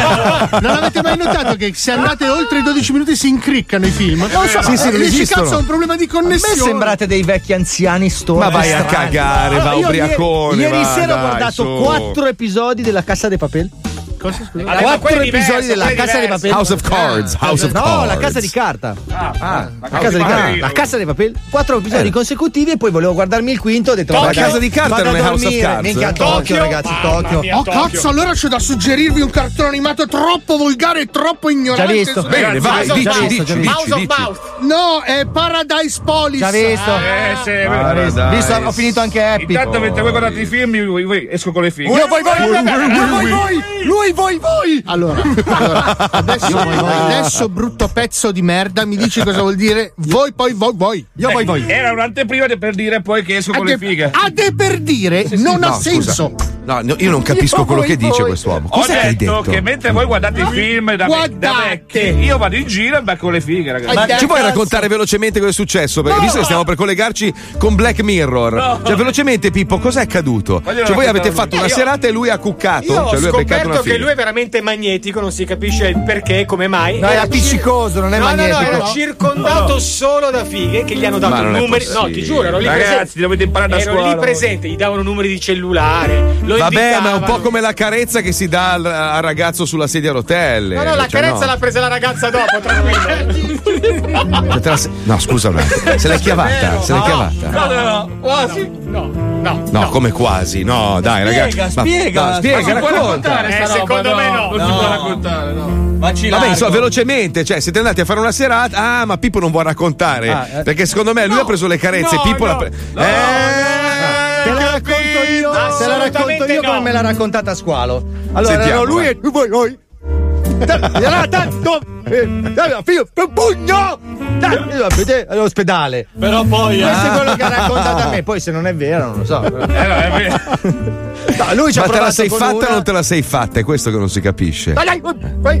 Non avete mai notato che se andate oltre i dodici minuti si incriccano i film? Non lo so, Sì, sì, non dici, esistono. cazzo, è un problema di A me connessione. sembrate dei vecchi anziani storti. Ma vai a strani. cagare, va io ubriacone, Ieri, ieri va, sera ho dai, guardato su. quattro episodi della Cassa dei Papel. Cosa scusa? Vabbè, ma Quattro quello è diverso, episodi della quello è Cassa dei diverso. Papel. House of Cards, House of no, Cards. la Casa di Carta. Ah, Ah, la la Casa di Carta. Papel. La Cassa dei Papel. Quattro episodi Eh. consecutivi e poi volevo guardarmi il quinto. Ho detto, La vabbè, Casa di Carta vado non a è House of dormire. Cards, Minchia, eh? Tokyo, Tokyo? ragazzi, Mamma Tokyo. mia. Oh Tokyo. cazzo, allora c'è da suggerirvi un cartone animato troppo volgare e troppo ignorante. Già visto. Bene, vai, House of dici, Mouse, dici, già dici, House of dici. Mouse. No, è Paradise Police. Già visto. Eh, sì, è Ah, vero. dai. Visto, ho finito anche Happy. Intanto mentre voi guardate i film, io, io- io esco con le fighe. Io voi voi, Lui voi voi, lui voi voi. Allora, allora adesso, adesso brutto pezzo di merda mi dici cosa vuol dire voi poi voi voi. Io voi voi. Era un'anteprima per dire poi che esco con le Ade, fighe. ade per dire non ha No, scusa. senso. No, no, io non capisco Io quello voi, che dice voi. quest'uomo. Ho Cos'è che hai detto detto? che mentre voi guardate i film da, Guardate. da vecchi, io vado in giro e becco le fighe, ragazzi. Ma Ci puoi cazzo. raccontare velocemente cosa è successo? Perché No. visto che stiamo per collegarci con Black Mirror, No. cioè velocemente Pippo, cos'è accaduto? Voglio Cioè voi avete raccontare fatto lui. una Io- serata e lui ha cuccato? Io ho Cioè lui ha beccato una scoperto che figa. lui è veramente magnetico, non si capisce il perché, come mai. No, è Era appiccicoso, non è no, magnetico. No, no, era circondato No. solo da fighe che gli hanno dato Ma non è numeri. No, possibile. ti giuro, ero lì Ragazzi, presente. dovete imparare da ero scuola. lì presente, gli davano numeri di cellulare. Lo Vabbè, ma è un po' invitavano. come la carezza che si dà al, al ragazzo sulla sedia a rotelle. No, no, la Cioè, carezza no. l'ha presa la ragazza dopo, tranquillo. Cioè, te la se- No, scusa un attimo. Se l'è chiavata? Se l'è No, chiavata? No, no, no, quasi. No, no. No, come quasi? No, dai, ragazzi. Ma- spiega, no, spiega, Ma si può racconta. raccontare sta Eh, roba, secondo me no. Non si può raccontare, no. Ma ci Vabbè, largo. insomma, velocemente, cioè siete andati a fare una serata. Ah, ma Pippo non vuole raccontare. Ah, eh. Perché secondo me lui ha preso le carezze. No, Pippo no, l'ha pre- no, Eh, Te la racconto io, te la racconto Assolutamente io no. come me l'ha raccontata a Squalo. Allora, Sentiamo, erano lui vai. e voi voi. Era tanto eh, figlio, un pugno dai, io, vedete, all'ospedale. Però poi Questo è eh. quello che ha raccontato a me. Poi se non è vero non lo so. Eh, no, è vero. No, lui ci ha ma te la provato sei con fatta una- o non te la sei fatta? È questo che non si capisce. Dai, dai, vai.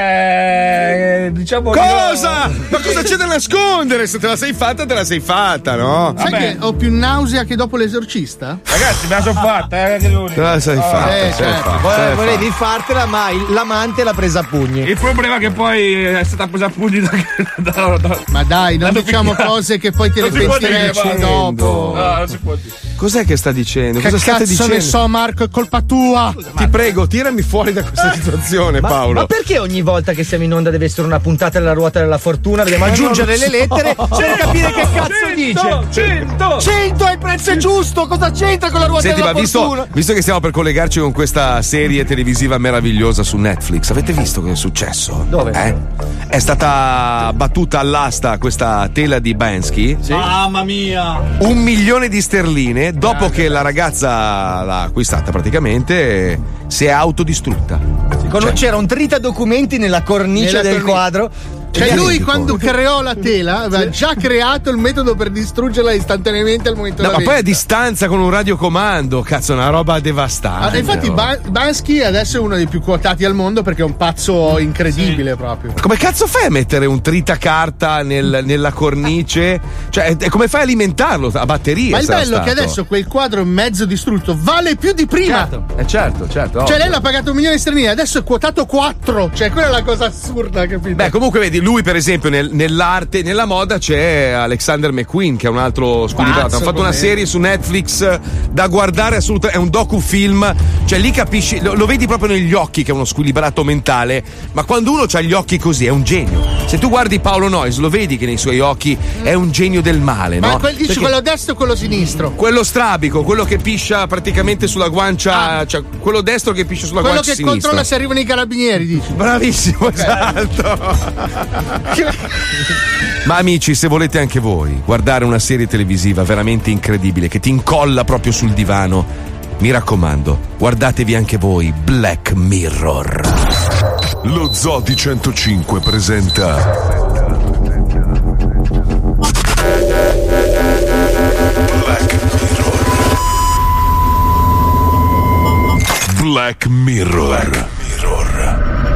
Eh, diciamo Cosa? io- Ma cosa c'è da nascondere? Se te la sei fatta, te la sei fatta, no? Sai Vabbè. che ho più nausea che dopo l'esorcista? Ragazzi, me la sono fatta, eh, che devo dire. Te la sei fatta, eh, sei certo. fatta, Vole- sei Volevi fartela, ma il- l'amante l'ha presa a pugni. Il problema è che poi è stata presa a pugni da, da, da- Ma dai, non L'hanno diciamo picchiato. cose che poi te le Non si può dire, pentiresti va. dopo. No, non si può dire. Cos'è che sta dicendo? Che Cosa state cazzo dicendo? ne so, Marco, è colpa tua. Ti prego, tirami fuori da questa situazione, Ma, Paolo. ma perché ogni volta che siamo in onda deve essere una puntata della ruota della fortuna? Dobbiamo aggiungere le lettere per capire che cazzo dice. Cento! cento è il prezzo giusto, cosa c'entra con la ruota Senti, della ma visto, fortuna? visto che stiamo per collegarci con questa serie televisiva meravigliosa su Netflix, avete visto cosa è successo? Dove? Eh? È stata battuta all'asta questa tela di Bansky. Mamma mia! Un milione di sterline dopo che la ragazza l'ha acquistata praticamente si è autodistrutta. Con- C'era un tritadocumenti nella cornice Nella del cornice. quadro. Cioè Ti lui rendi quando conto? creò la tela aveva già creato il metodo per distruggerla istantaneamente al momento No, della ma poi a vendita. distanza con un radiocomando, cazzo, una roba Ah, devastante. infatti oh. Ba- Bansky adesso è uno dei più quotati al mondo perché è un pazzo incredibile proprio. Come cazzo fai a mettere un tritacarta nel- nella cornice? Cioè, e come fai a alimentarlo? A batteria? Ma il sarà bello è che stato. adesso quel quadro mezzo distrutto vale più di prima. Certo. Eh certo, certo. Cioè ovvio. lei l'ha pagato un milione di sterline, adesso è quotato quattro. Cioè quella è la cosa assurda, capito? Beh, comunque vedi, lui, per esempio, nel- nell'arte, nella moda c'è Alexander McQueen, che è un altro squilibrato. Pazzo, Hanno fatto una com'è? serie su Netflix da guardare assolutamente. È un docufilm, cioè lì capisci, lo, lo vedi proprio negli occhi che è uno squilibrato mentale. Ma quando uno ha gli occhi così è un genio. Se tu guardi Paolo Noyes, lo vedi che nei suoi occhi è un genio del male, Ma no? quel, dici Perché- quello destro o quello sinistro? Quello strabico, quello che piscia praticamente sulla guancia, cioè quello destro che piscia sulla Quello guancia che sinistra. controlla se arrivano i carabinieri, dici. Bravissimo, esatto. Ma amici, se volete anche voi guardare una serie televisiva veramente incredibile che ti incolla proprio sul divano, mi raccomando, guardatevi anche voi Black Mirror. Lo Zodi centocinque presenta Black Mirror. Black Mirror.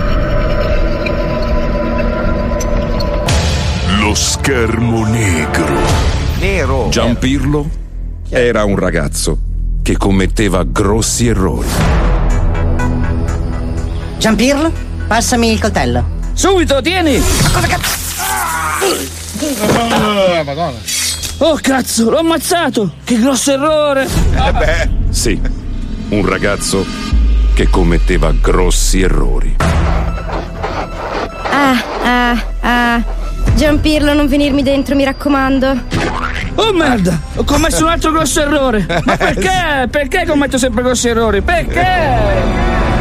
Lo schermo negro. Nero. Giampirlo era un ragazzo che commetteva grossi errori. Giampirlo, passami il coltello. Subito, tieni! Ma cosa cazzo? Oh, Madonna. Oh cazzo, l'ho ammazzato! Che grosso errore! Eh beh. Sì, un ragazzo che commetteva grossi errori. Ah, ah, ah. Giampirlo, non venirmi dentro, mi raccomando. Oh merda! Ho commesso un altro grosso errore! Ma perché? Perché commetto sempre grossi errori? Perché?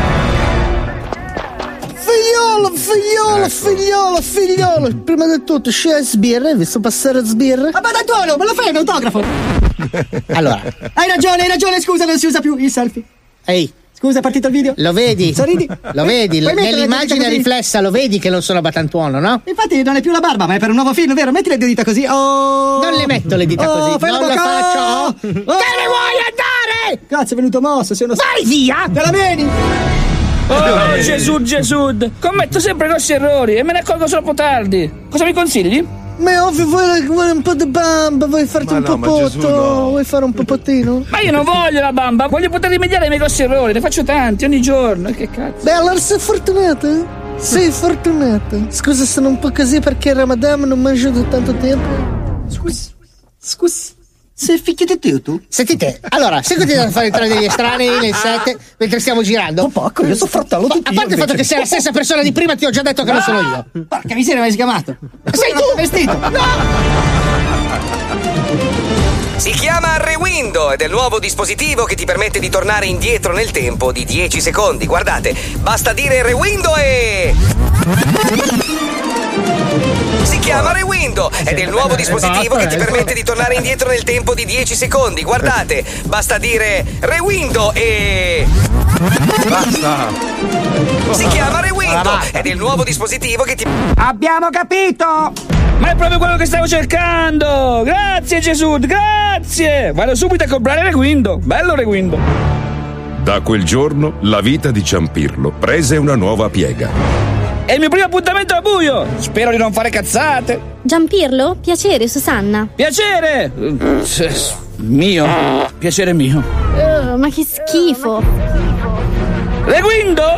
Figliolo, figliolo, figliolo, figliolo. Prima di tutto, scegli sbirre, hai visto passare sbirre? Ma dai tuono, me lo fai un autografo? Allora, hai ragione, hai ragione, scusa, non si usa più il selfie. Ehi, scusa, è partito il video? Lo vedi? Sorridi? Lo vedi? Puoi mettere le Nell'immagine dita così? riflessa lo vedi che non sono battantuono, no? Infatti non è più la barba, ma è per un nuovo film, vero? Metti le due dita così. Oh! Non le metto le dita Oh, così, fai la non lo bocca! faccio. Oh! Te ne vuoi andare? Cazzo, è venuto mosso, sei uno... Vai via! Te la vedi? Oh Gesù, Gesù! Commetto sempre grossi errori e me ne accorgo troppo tardi. Cosa mi consigli? Ma è ovvio, vuoi, vuoi un po' di bamba, vuoi farti Ma un no, ma popotto, Gesù, no. vuoi fare un popottino? Ma io non voglio la bamba, voglio poter rimediare ai miei grossi errori, ne faccio tanti ogni giorno. Che cazzo? Beh, allora sei fortunata? Sei fortunata. Scusa, sono un po' così perché il Ramadan non mangio da tanto tempo. Scusi, scusi. Sei figlio di Dio tu? Sentite, allora, se continuate a fare entrare degli estranei nel set mentre stiamo girando. Un po', io sono fratello di A parte il fatto che sei la stessa persona di prima, ti ho già detto che non sono io. Porca miseria, mi hai sgamato. Sei tu! Vestito. Si chiama Rewindo ed è il nuovo dispositivo che ti permette di tornare indietro nel tempo di dieci secondi. Guardate, basta dire Rewindo e... Si chiama Rewindo ed è il nuovo dispositivo che ti permette di tornare indietro nel tempo di dieci secondi. Guardate, basta dire Rewindo e... Basta. Si chiama Rewindo ed è il nuovo dispositivo che ti... Abbiamo capito! Ma è proprio quello che stavo cercando! Grazie Gesù, grazie! Vado subito a comprare Rewindo. Bello Rewindo. Da quel giorno la vita di Giampirlo prese una nuova piega. È il mio primo appuntamento a buio! Spero di non fare cazzate! Giampirlo, piacere, Susanna. Piacere! Mio, piacere mio. Uh, ma che schifo. Rewindo!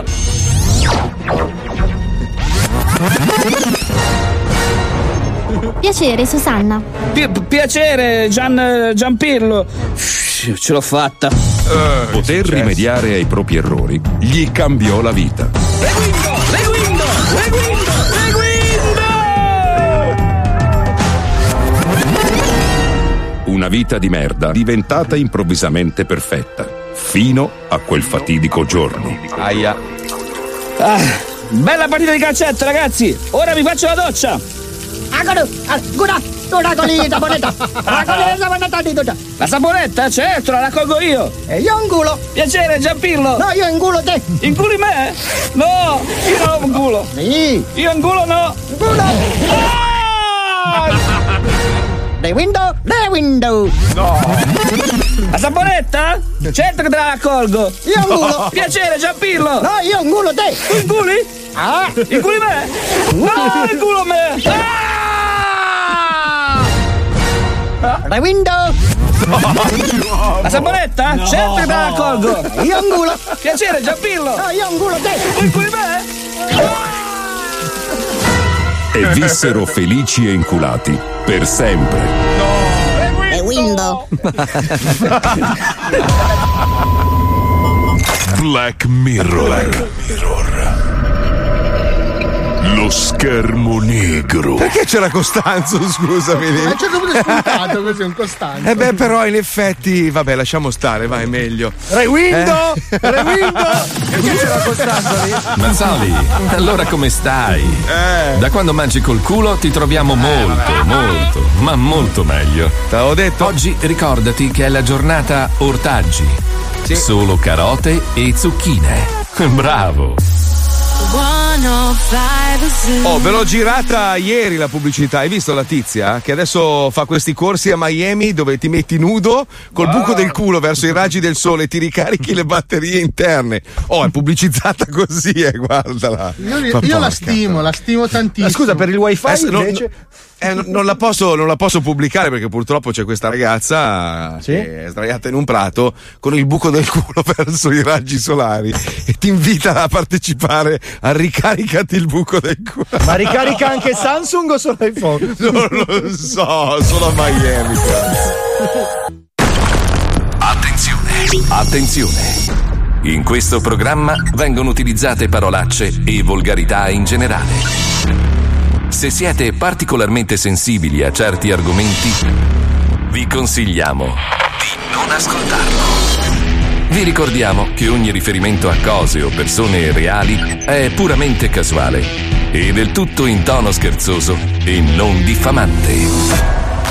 Piacere, Susanna. Pi- piacere, Gian, Giampirlo. Ce l'ho fatta. Uh, Poter rimediare ai propri errori gli cambiò la vita. Rewindo! Rewindo! Rewindo! Rewindo! Una vita di merda diventata improvvisamente perfetta, fino a quel fatidico giorno. Aia. Ah, bella partita di calcetto, ragazzi! Ora mi faccio la doccia! La saponetta? Certo, la raccolgo io! E io ingulo! Piacere, Giampirlo! No, io ingulo te! Inguli me? No! Io non ingulo! Sì! Io ingulo no! Ingulo! Ah! The window, the window! No! La saponetta? Certo che te la raccolgo! Io ingulo! Piacere, Giampirlo! No, io ingulo te! Tu inguli? Ah! Inguli me? No, ingulo me! Ah! The window! La saponetta? No. Certo che te la raccolgo! Io ingulo! Piacere, Giampirlo! No, io ingulo te! Tu inguli me? Ah! e vissero felici e inculati per sempre. È Window. Black Mirror. Black Mirror. Lo schermo negro. Perché c'era Costanzo, scusami? Ma c'è come spuntato così un Costanzo. Eh beh, però in effetti, vabbè, lasciamo stare, vai, meglio. Rewindo! Eh? Rewindo! Perché c'era Costanzo lì? Mazzoli, allora come stai? Eh. Da quando mangi col culo ti troviamo molto, molto, ma molto meglio. Te l'avevo detto. Oggi ricordati che è la giornata ortaggi. Sì. Solo carote e zucchine. Bravo. Oh, ve l'ho girata ieri la pubblicità. Hai visto la tizia che adesso fa questi corsi a Miami dove ti metti nudo col wow. buco del culo verso i raggi del sole e ti ricarichi le batterie interne. Oh, è pubblicizzata così, eh, guardala. Io, io, io la stimo, la stimo tantissimo. Ah, scusa, per il wifi eh, invece. Non, eh, non, non, la posso, non la posso pubblicare perché purtroppo c'è questa ragazza sì? che è sdraiata in un prato con il buco del culo verso i raggi solari e ti invita a partecipare a ricaricati il buco del culo. Ma ricarica anche Samsung o solo iPhone? Non lo so, solo a Miami. Attenzione, attenzione. In questo programma vengono utilizzate parolacce e volgarità in generale. Se siete particolarmente sensibili a certi argomenti, vi consigliamo di non ascoltarlo. Vi ricordiamo che ogni riferimento a cose o persone reali è puramente casuale e del tutto in tono scherzoso e non diffamante.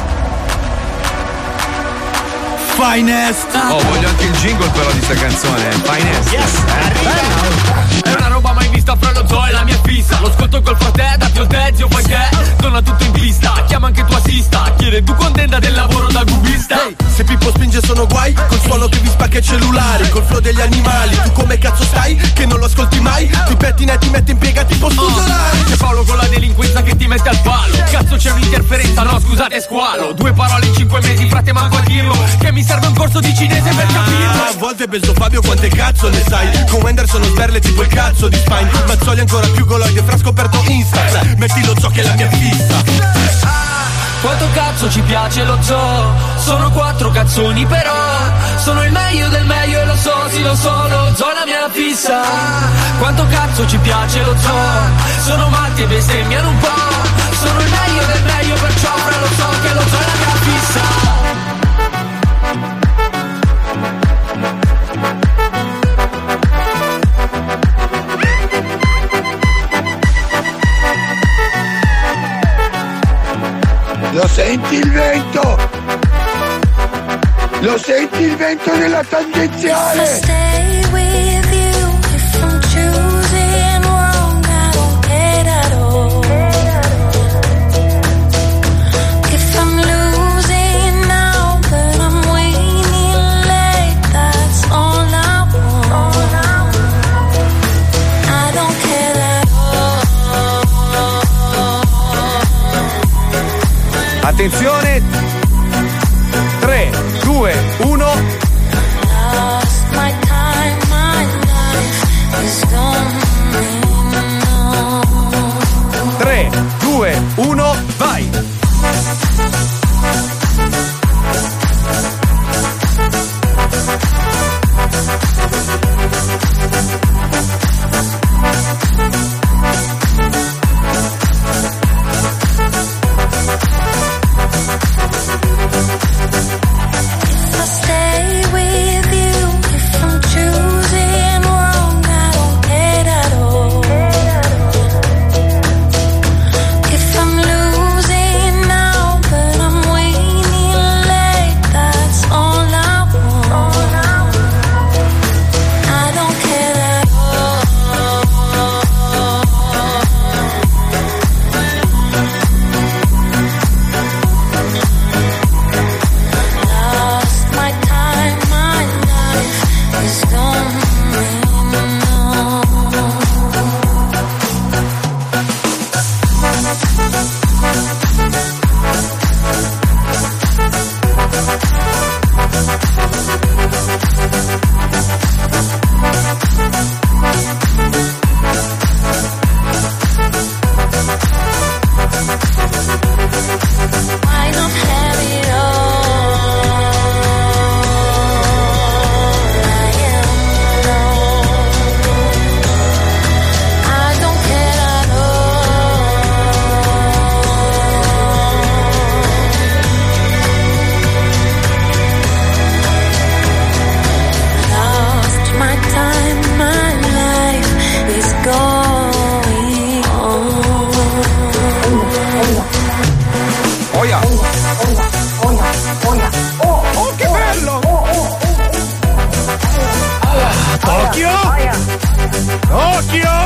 Finest. Oh, voglio anche il jingle però di sta canzone. Finest. Yes, è una roba mai vista fra lo zoo e la mia fissa. Lo sconto col fratello, datti il tezio, poi che torna tutto in pista. Chiama anche tua assista, chiede tu contenta del lavoro da cubista. Hey, se Pippo spinge sono guai, col suono che vi spacca i cellulari, col flow degli animali. Tu come cazzo stai? Che non lo ascolti mai? Ti pettina e ti mette in piega tipo studiolari. C'è Paolo con la delinquenza che ti mette al palo. Cazzo c'è un'interferenza, no scusate squalo. Due parole in cinque mesi, frate manco a dirlo. Che mi serve un corso di cinese per capirlo. A volte penso Fabio quante cazzo ne sai. Con Wenderson o sberle tipo il cazzo di Spine. Mazzoli ancora più goloide fra scoperto Insta. Metti lo zoo che è la mia fissa. Quanto cazzo ci piace lo zoo. Sono quattro cazzoni però sono il meglio del meglio e lo so, sì lo so, lo zoo è la mia fissa. Quanto cazzo ci piace lo zoo. Sono matti e bestemmiano un po'. Sono il meglio del meglio perciò fra lo so che lo zoo è la mia fissa. Lo senti il vento? Lo senti il vento nella tangenziale? Attenzione, tre, due, uno. tre, due, uno, vai!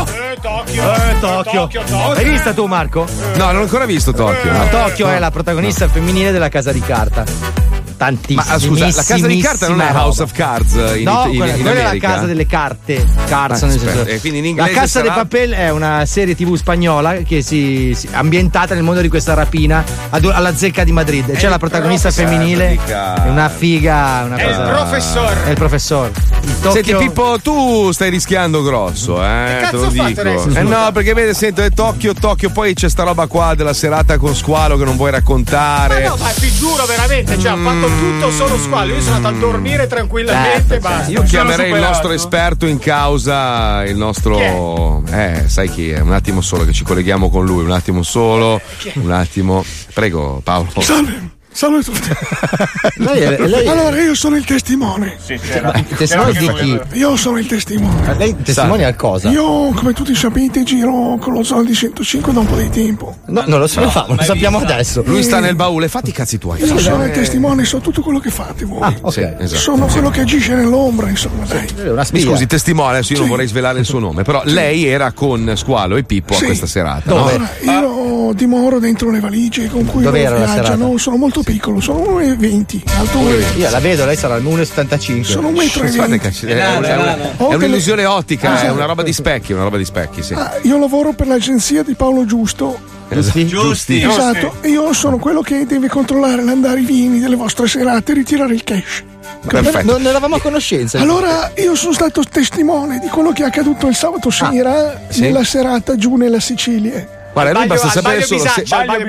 Eh, Tokyo. Eh, Tokyo. Hai visto tu, Marco? No, non ho ancora visto Tokyo. No, no. Tokyo no. è la protagonista no. femminile della Casa di Carta. Tantissimo. Ma scusa, la Casa di Carta non è House of Cards in, no, in, quella, in quella America? è la Casa delle Carte. Cards, ah, nel senso. E quindi in inglese la Casa sarà... de Papel è una serie tivù spagnola che si, si ambientata nel mondo di questa rapina ad, alla zecca di Madrid. C'è è la protagonista femminile, è una figa, una è cosa. il professor. È il professor. Il Tokyo... Senti Pippo, tu stai rischiando grosso, eh? Che Te lo dico. adesso, eh no, perché vedi, sento è Tokyo, Tokyo, poi c'è sta roba qua della serata con Squalo che non vuoi raccontare. Ma no, ma ti giuro veramente, cioè mm. ha fatto tutto solo Squalo. Io sono andato a dormire tranquillamente. Eh, basta. Io chiamerei il nostro esperto in causa, il nostro. Eh, sai chi è? Un attimo solo che ci colleghiamo con lui, un attimo solo. Un attimo. Prego, Paolo. Salve. Salve a tutti. lei è, lei è... Allora, io sono il testimone. Sì, c'era. Il testimone di chi? Io sono il testimone. Lei testimonia al cosa? Io, come tutti sapete, giro con lo Zoldi centocinque da un po' di tempo. No, non lo sappiamo, no, lo sappiamo vista. adesso. Lui sta nel baule, fatti i cazzi tuoi. Io sono il testimone, so tutto quello che fate voi. Ah, ok. Sì, esatto. Sono quello che agisce nell'ombra, insomma, dai. Una Mi scusi, testimone, adesso io sì. non vorrei svelare il suo nome, però sì. lei era con Squalo e Pippo sì. a questa serata. Dove? No? Allora, io dimoro dentro le valigie con cui Dove era la viaggiano. serata? Sono molto piccolo, sono uno e venti. Alto uno e venti. Io la vedo, lei sarà al uno virgola settantacinque. Sono un metro e venti. È, è, è, è un'illusione ottica, esatto. è una roba di specchi, una roba di specchi, sì. Ah, io lavoro per l'agenzia di Paolo Giusto. Giusti? Giusti. Esatto, e io sono quello che deve controllare l'andare vini delle vostre serate e ritirare il cash. Perfetto. Non eravamo a conoscenza. Allora, io sono stato testimone di quello che è accaduto il sabato sera ah, sì? nella serata giù nella Sicilia. Guarda, lui basta sapere solo se,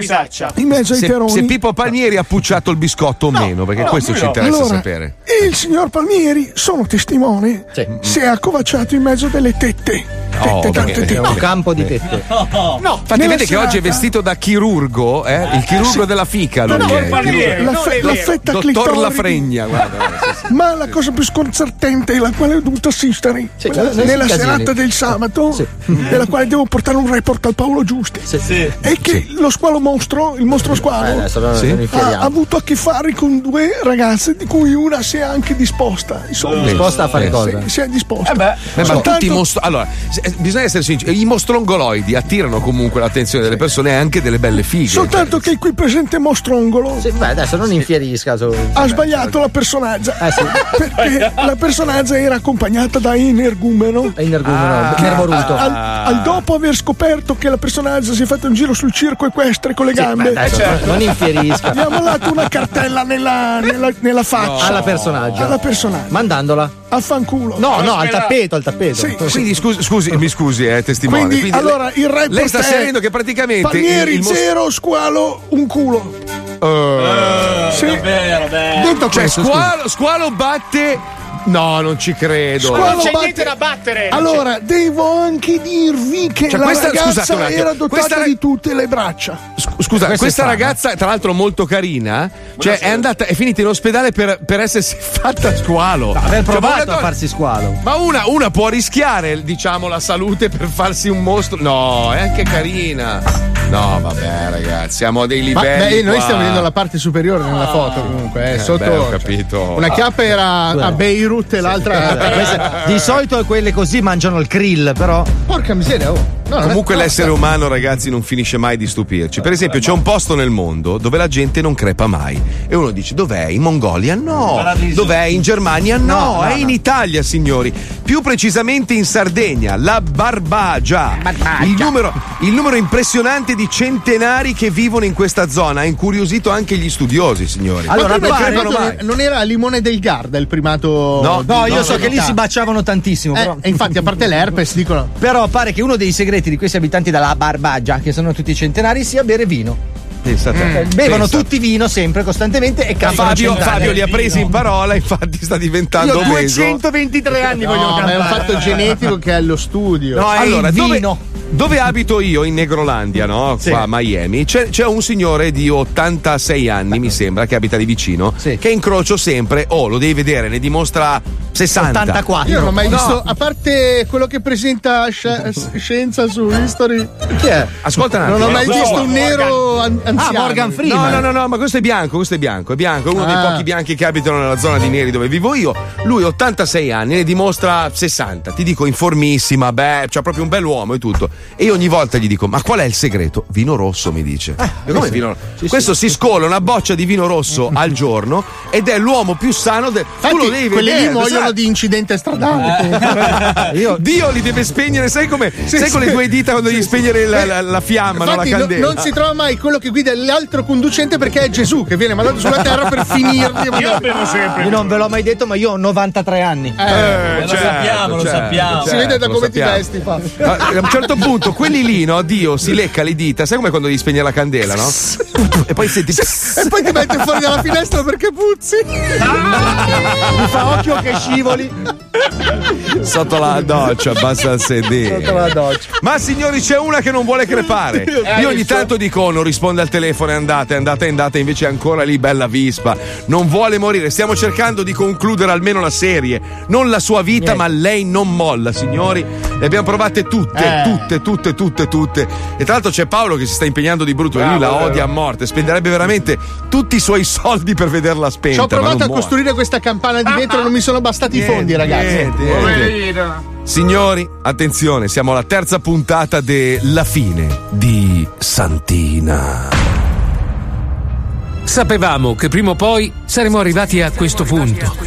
in mezzo ai se, teroni. se Pippo Palmieri ha pucciato il biscotto o no, meno, perché no, questo no. ci interessa allora, sapere. Il signor Palmieri, sono testimone, sì. si è accovacciato in mezzo delle tette. Tette, oh, tante tette. È un campo di tette. No, no infatti vede che oggi è vestito da chirurgo, eh? il chirurgo sì. della fica. Lui no, è, Palmieri, la, fe- la fetta Dottor clitoride. Lafregna, guarda. Sì, sì. Ma la cosa più sconcertante, alla quale ho dovuto assistere sì, quella, nella serata del sabato, sì. nella quale devo portare un report al Paolo Giusti, sì. Sì. è che sì. lo squalo mostro, il mostro squalo, eh, sì. ha, ha avuto a che fare con due ragazze, di cui una si è anche disposta. Insomma, disposta a fare sì, cosa? Si, si è disposta. Eh beh, beh, ma Soltanto... tutti i mostro... Allora, bisogna essere sinceri, i mostrongoloidi attirano comunque l'attenzione delle persone e anche delle belle fighe. Soltanto che il qui presente mostrongolo sì, beh, adesso non infierisca su... ha sbagliato la personaggia eh, sì. perché la personaggia era accompagnata da Energumeno Energumeno ah, Nerboruto al, al dopo aver scoperto che la personaggia si è fatta un giro sul circo equestre con le sì, gambe beh, certo. non infierisca gli ha mollato una cartella nella, nella, nella faccia no. alla personaggia alla personaggia mandandola al fanculo no no al tappeto al tappeto sì, quindi sì. scusi, scusi mi scusi eh testimone quindi, quindi allora il report lei sta serendo che praticamente Palmieri il, il zero most... squalo un culo uh, uh, sì. davvero, detto cioè questo squalo, squalo batte. No, non ci credo. Squalo non c'è batte... niente da battere. Allora, devo anche dirvi che cioè, la questa, ragazza scusate, era dotata questa... di tutte le braccia. Scusa, questa, questa ragazza, tra l'altro molto carina, cioè è andata, è finita in ospedale per, per essersi fatta squalo. Aver cioè, provato a farsi squalo. Ma una, una può rischiare, diciamo, la salute per farsi un mostro. No, è anche carina. No, vabbè, ragazzi, siamo a dei livelli. Ma, beh, noi qua. stiamo vedendo la parte superiore nella foto, comunque. Eh, sotto, beh, ho capito. Una chiappa era Beh. a Beirut e l'altra. Eh, queste, di solito quelle così mangiano il krill, però. Porca miseria, oh. No, Comunque è... l'essere umano, ragazzi, non finisce mai di stupirci. Per esempio, c'è un posto nel mondo dove la gente non crepa mai. E uno dice: dov'è? In Mongolia? No. Paradiso. Dov'è? In Germania? No. No, no è in no. Italia, signori. Più precisamente in Sardegna, la Barbagia. Barbagia. Il numero, il numero impressionante di centenari che vivono in questa zona ha incuriosito anche gli studiosi, signori. Allora, Ma non crepano mai. non era Limone del Garda il primato? No, no, io no, so no, che no. lì si baciavano tantissimo. Eh, Però... e infatti, a parte l'herpes, dicono. Però pare che uno dei segreti di questi abitanti della Barbagia, che sono tutti centenari, sia bere vino. Pensate, mm. Bevono Pensate. tutti vino sempre, costantemente e cantano Fabio, cent'anni. Fabio li ha presi in parola, infatti sta diventando Io obeso. duecentoventitré anni No, voglio ma cantare. è un fatto genetico che è allo studio. No, è allora, il dove, vino. dove abito io in Negrolandia, no? Sì. Qua a Miami, c'è, c'è un signore di ottantasei anni, mi sembra, che abita lì vicino, sì. che incrocio sempre, oh, lo devi vedere, ne dimostra sessanta. ottantaquattro. Io non ho mai No. visto, a parte quello che presenta sci- scienza su History. Chi è? Ascolta un Non attimo. ho mai No, visto no, un nero an- anziano. Ah, Morgan Freeman. No, no, no, no, ma questo è bianco, questo è bianco, è bianco, è uno dei Ah. pochi bianchi che abitano nella zona di neri dove vivo io. Lui ottantasei anni, ne dimostra sessanta. Ti dico, informissima, beh, c'ha proprio un bell'uomo e tutto. E io ogni volta gli dico, ma qual è il segreto? Vino rosso, mi dice. E come sì. vino rosso? Sì, Questo sì. si scola una boccia di vino rosso al giorno ed è l'uomo più sano del. Tu lo Infatti, devi quelli vedere. lì muoiono sai? di incidente stradale. Io- Dio li deve spegnere, sai come? Sì, sai sì. con le tue dita quando devi spegnere la, la- la fiamma, no, la Infatti, no- candela. non si trova mai quello che guida l'altro conducente perché è Gesù che viene mandato sulla terra per finirli. Io bevo sempre. Io non ve l'ho mai detto, ma io ho novantatré anni. Eh, lo certo, sappiamo, lo certo, sappiamo. Si certo, vede da lo come ti sappiamo. vesti, fa. A a un certo punto, quelli lì, no? Dio si lecca le dita, sai come quando devi spegnere la candela, no? E poi senti. E poi ti mette fuori dalla finestra perché puzzi. Mi fa occhio che scivoli. Sotto la doccia, basta il sedere. Sotto la doccia. Ma signori, c'è una che non vuole crepare. Io ogni tanto dico, oh, non risponde al telefono, è andata, è andata, è andata, invece è ancora lì, bella vispa. Non vuole morire. Stiamo cercando di concludere almeno la serie. Non la sua vita, ma lei non molla, signori. Le abbiamo provate tutte, Eh. tutte, tutte, tutte, tutte. E tra l'altro c'è Paolo che si sta impegnando di brutto e lui la odia a morte. Spenderebbe veramente tutti i suoi soldi per vederla spenta. Ci ho ma provato non a muore. costruire questa campana di vetro, non mi sono bastati i fondi, ragazzi. Niente, niente. Signori, attenzione, siamo alla terza puntata della fine di Santina. Sapevamo che prima o poi saremmo arrivati a questo punto.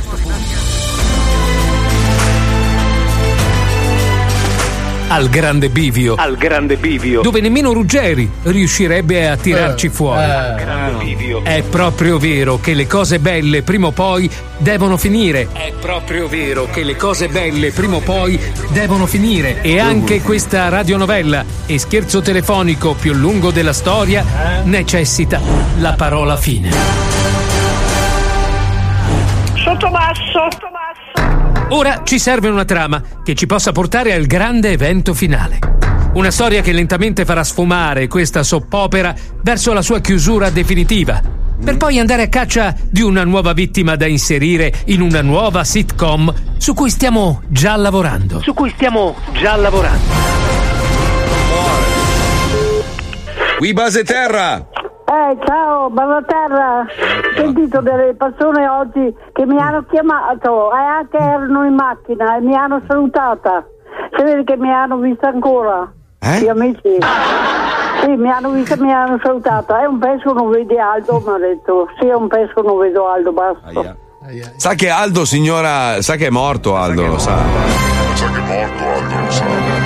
Al grande bivio. Al grande bivio. Dove nemmeno Ruggeri riuscirebbe a tirarci fuori. È proprio vero che le cose belle prima o poi devono finire. È proprio vero che le cose belle prima o poi devono finire. E anche questa radionovella e scherzo telefonico più lungo della storia necessita la parola fine. Sottobasso. Ora ci serve una trama che ci possa portare al grande evento finale. Una storia che lentamente farà sfumare questa soppopera verso la sua chiusura definitiva, per poi andare a caccia di una nuova vittima da inserire in una nuova sitcom su cui stiamo già lavorando. Su cui stiamo già lavorando. Qui base terra. Eh, ciao, Bavaterra. Ho sentito delle persone oggi che mi hanno chiamato e anche erano in macchina e mi hanno salutata. Si vede che mi hanno vista ancora. Eh? Gli amici. Sì, mi hanno vista e mi hanno salutata. È un pezzo non vedi Aldo, mi ha detto. Sì, è un pezzo non vedo Aldo, basta. Sa che Aldo, signora, sa che è morto Aldo, lo sa. Sa che è morto, Aldo, lo sa.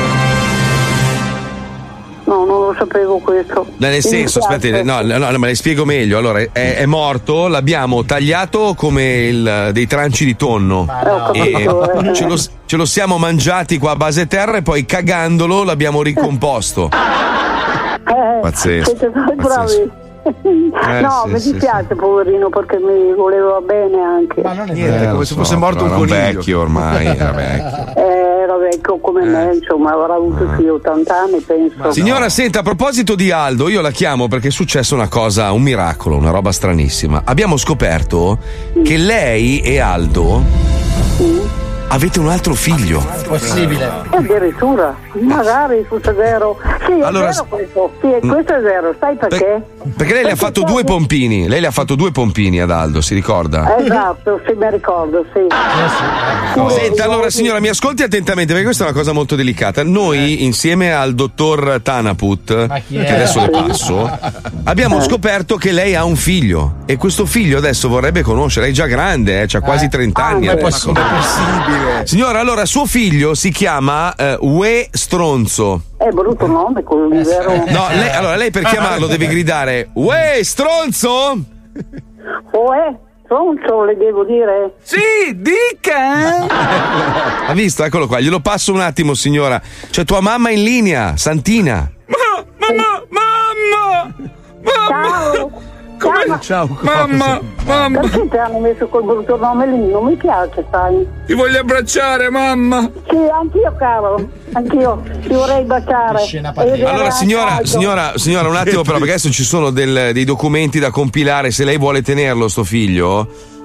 No, non lo sapevo questo. Nel Mi senso, dispiace. aspetta, no, no, no, ma le spiego meglio. Allora, è, è morto, l'abbiamo tagliato come il, dei tranci di tonno. Eh, E ho capito, eh. ce lo, ce lo siamo mangiati qua a base terra e poi cagandolo l'abbiamo ricomposto. Eh, Pazzesco, siete stati pazzesco. bravi. no, sì, mi sì, dispiace, poverino, perché mi voleva bene anche. Ma non Niente, Eh, come lo se so, fosse morto un era coniglio. vecchio ormai, era vecchio. Eh, era vecchio come me, insomma, avrà avuto sì, ottanta anni, penso. Signora, senta, a proposito di Aldo, io la chiamo perché è successa una cosa, un miracolo, una roba stranissima. Abbiamo scoperto che lei e Aldo avete un altro figlio. Possibile. Addirittura, magari fosse vero. Sì, è Allora, vero questo. Sì, questo è vero, sai perché? Perché lei le ha fatto due pompini, lei le ha fatto due pompini ad Aldo, si ricorda? Esatto, sì, mi ricordo, sì. Senta, allora signora, mi ascolti attentamente perché questa è una cosa molto delicata. Noi, insieme al dottor Tanaput, chi è? che adesso le passo, abbiamo scoperto che lei ha un figlio e questo figlio adesso vorrebbe conoscere. Lei è già grande, eh, ha quasi trenta anni. Ah, adesso. ma com'è possibile? Signora, allora suo figlio si chiama eh, Ue Stronzo. È brutto nome quello di vero. No, lei, allora lei per chiamarlo deve gridare Ue Stronzo! Oh, eh, stronzo le devo dire. Sì, dica! Ha visto? Eccolo qua, glielo passo un attimo, signora. C'è tua mamma in linea, Santina. Mamma! Ciao! Ciao, Ciao, Mamma! Mamma! Perché ti hanno messo quel brutto nome lì? Non mi piace, sai? Ti voglio abbracciare, mamma! Sì, anch'io, caro. Anch'io ti vorrei baciare. E Allora, signora, Aldo. signora, signora, un attimo, però, perché adesso ci sono del- dei documenti da compilare. Se lei vuole tenerlo, sto figlio,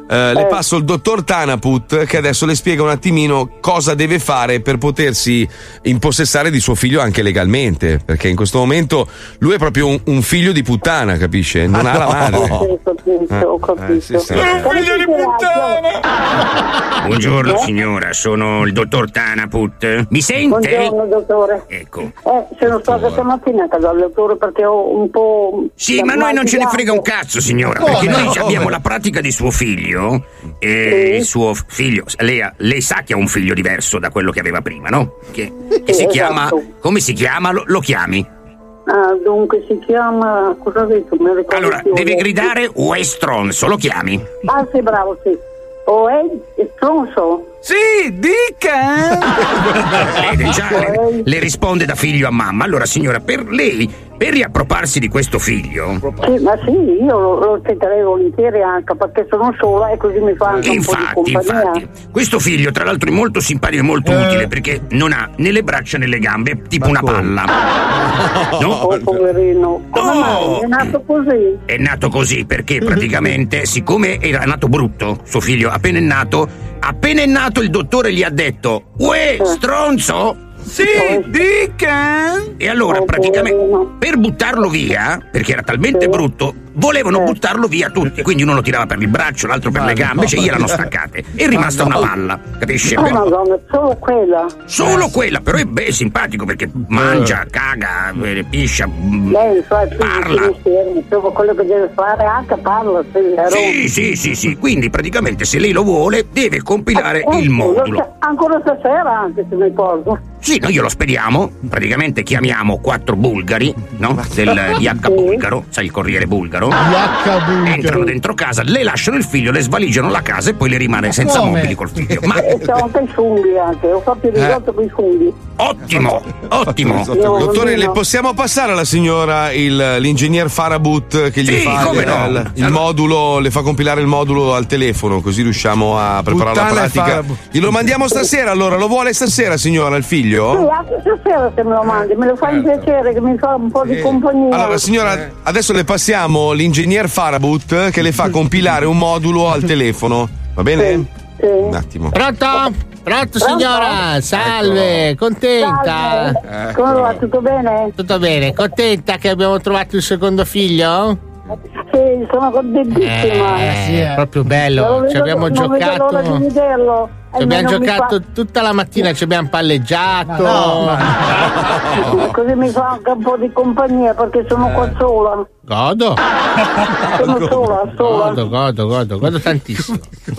eh, le passo il dottor Tanaput, che adesso le spiega un attimino cosa deve fare per potersi impossessare di suo figlio anche legalmente, perché in questo momento lui è proprio un, un figlio di puttana, capisce? Non ah, ha la madre. Ho capito, ho capito. Eh, sì, sì. Figlio di puttana! Buongiorno signora, sono il dottor Tanaput. Mi sente? Buongiorno dottore. Ecco. Eh, sono stata stamattina a casa del dottore perché ho un po'... Sì, ma noi non ce ne frega un cazzo signora, perché noi abbiamo la pratica di suo figlio e Sì. il suo figlio, lei, ha- lei sa che ha un figlio diverso da quello che aveva prima, no? Che, che Sì, si chiama, esatto. come si chiama? Lo, lo chiami? Ah, dunque si chiama... cosa ha detto? Me lo ricordo Allora, più. deve gridare Westronzo, lo chiami? Ah sì, bravo, sì. O è stronzo? Sì, dica! Vede, già le, le risponde da figlio a mamma. Allora signora, per lei, per riappropriarsi di questo figlio... Sì, ma sì, io lo, lo tenterei volentieri anche perché sono sola e così mi fa anche Infatti, un po' di compagnia. infatti, questo figlio tra l'altro è molto simpatico e molto Eh. utile perché non ha né le braccia né le gambe, è tipo una palla. No? Oh, poverino. Come mai? È nato così? È nato così perché praticamente, siccome era nato brutto, suo figlio appena è nato, appena è nato il dottore gli ha detto uè, stronzo! Sì, dica! E allora praticamente per buttarlo via, perché era talmente brutto, volevano buttarlo via tutti, quindi uno lo tirava per il braccio, l'altro per le gambe, cioè gliel'hanno staccate. È rimasta una palla, capisce? Oh Però- madonna, solo quella. Solo quella, però è, beh, è simpatico perché mangia, caga, eh, piscia, mm, Lei fa tutti parla. i mestieri, proprio quello che deve fare anche parla, sì, vero? Sì, sì, sì, sì. Quindi praticamente se lei lo vuole deve compilare Eh, il lo modulo. sa- Ancora stasera anche se mi porto. Sì, noi glielo spediamo, praticamente chiamiamo quattro bulgari, no? Del D H bulgaro, sai il corriere bulgaro? Entrano dentro casa, le lasciano il figlio, le svaligiano la casa e poi le rimane senza Come? mobili col figlio. Ma E c'ho anche i funghi anche, ho fatto il risotto con i funghi. ottimo, ottimo. Dottore, le possiamo passare alla signora il, l'ingegner Farabut che gli Sì, fa come il, no. il modulo, le fa compilare il modulo al telefono, così riusciamo a preparare Puttana la e pratica. Farabut. Glielo mandiamo stasera, allora, lo vuole stasera, signora, il Sì, figlio? anche stasera se me lo mandi, me lo fai un piacere che mi fa un po' di compagnia. Allora, signora, adesso le passiamo l'ingegner Farabut che le fa compilare un modulo al telefono. Va bene? Un attimo. Pronto? Pronto signora? Salve, contenta? Salve. Come va? Tutto bene? Tutto bene, contenta che abbiamo trovato il secondo figlio? Sì, sono contentissima. Eh, sì, è proprio bello. Non Ci vedo- abbiamo non vedo giocato. l'ora di vederlo. Ci abbiamo Almeno mi giocato fa- tutta la mattina, ci abbiamo palleggiato. Così mi fa anche un po' di compagnia perché sono qua sola. Godo. Sono sola, sola. Godo, godo, godo, godo tantissimo.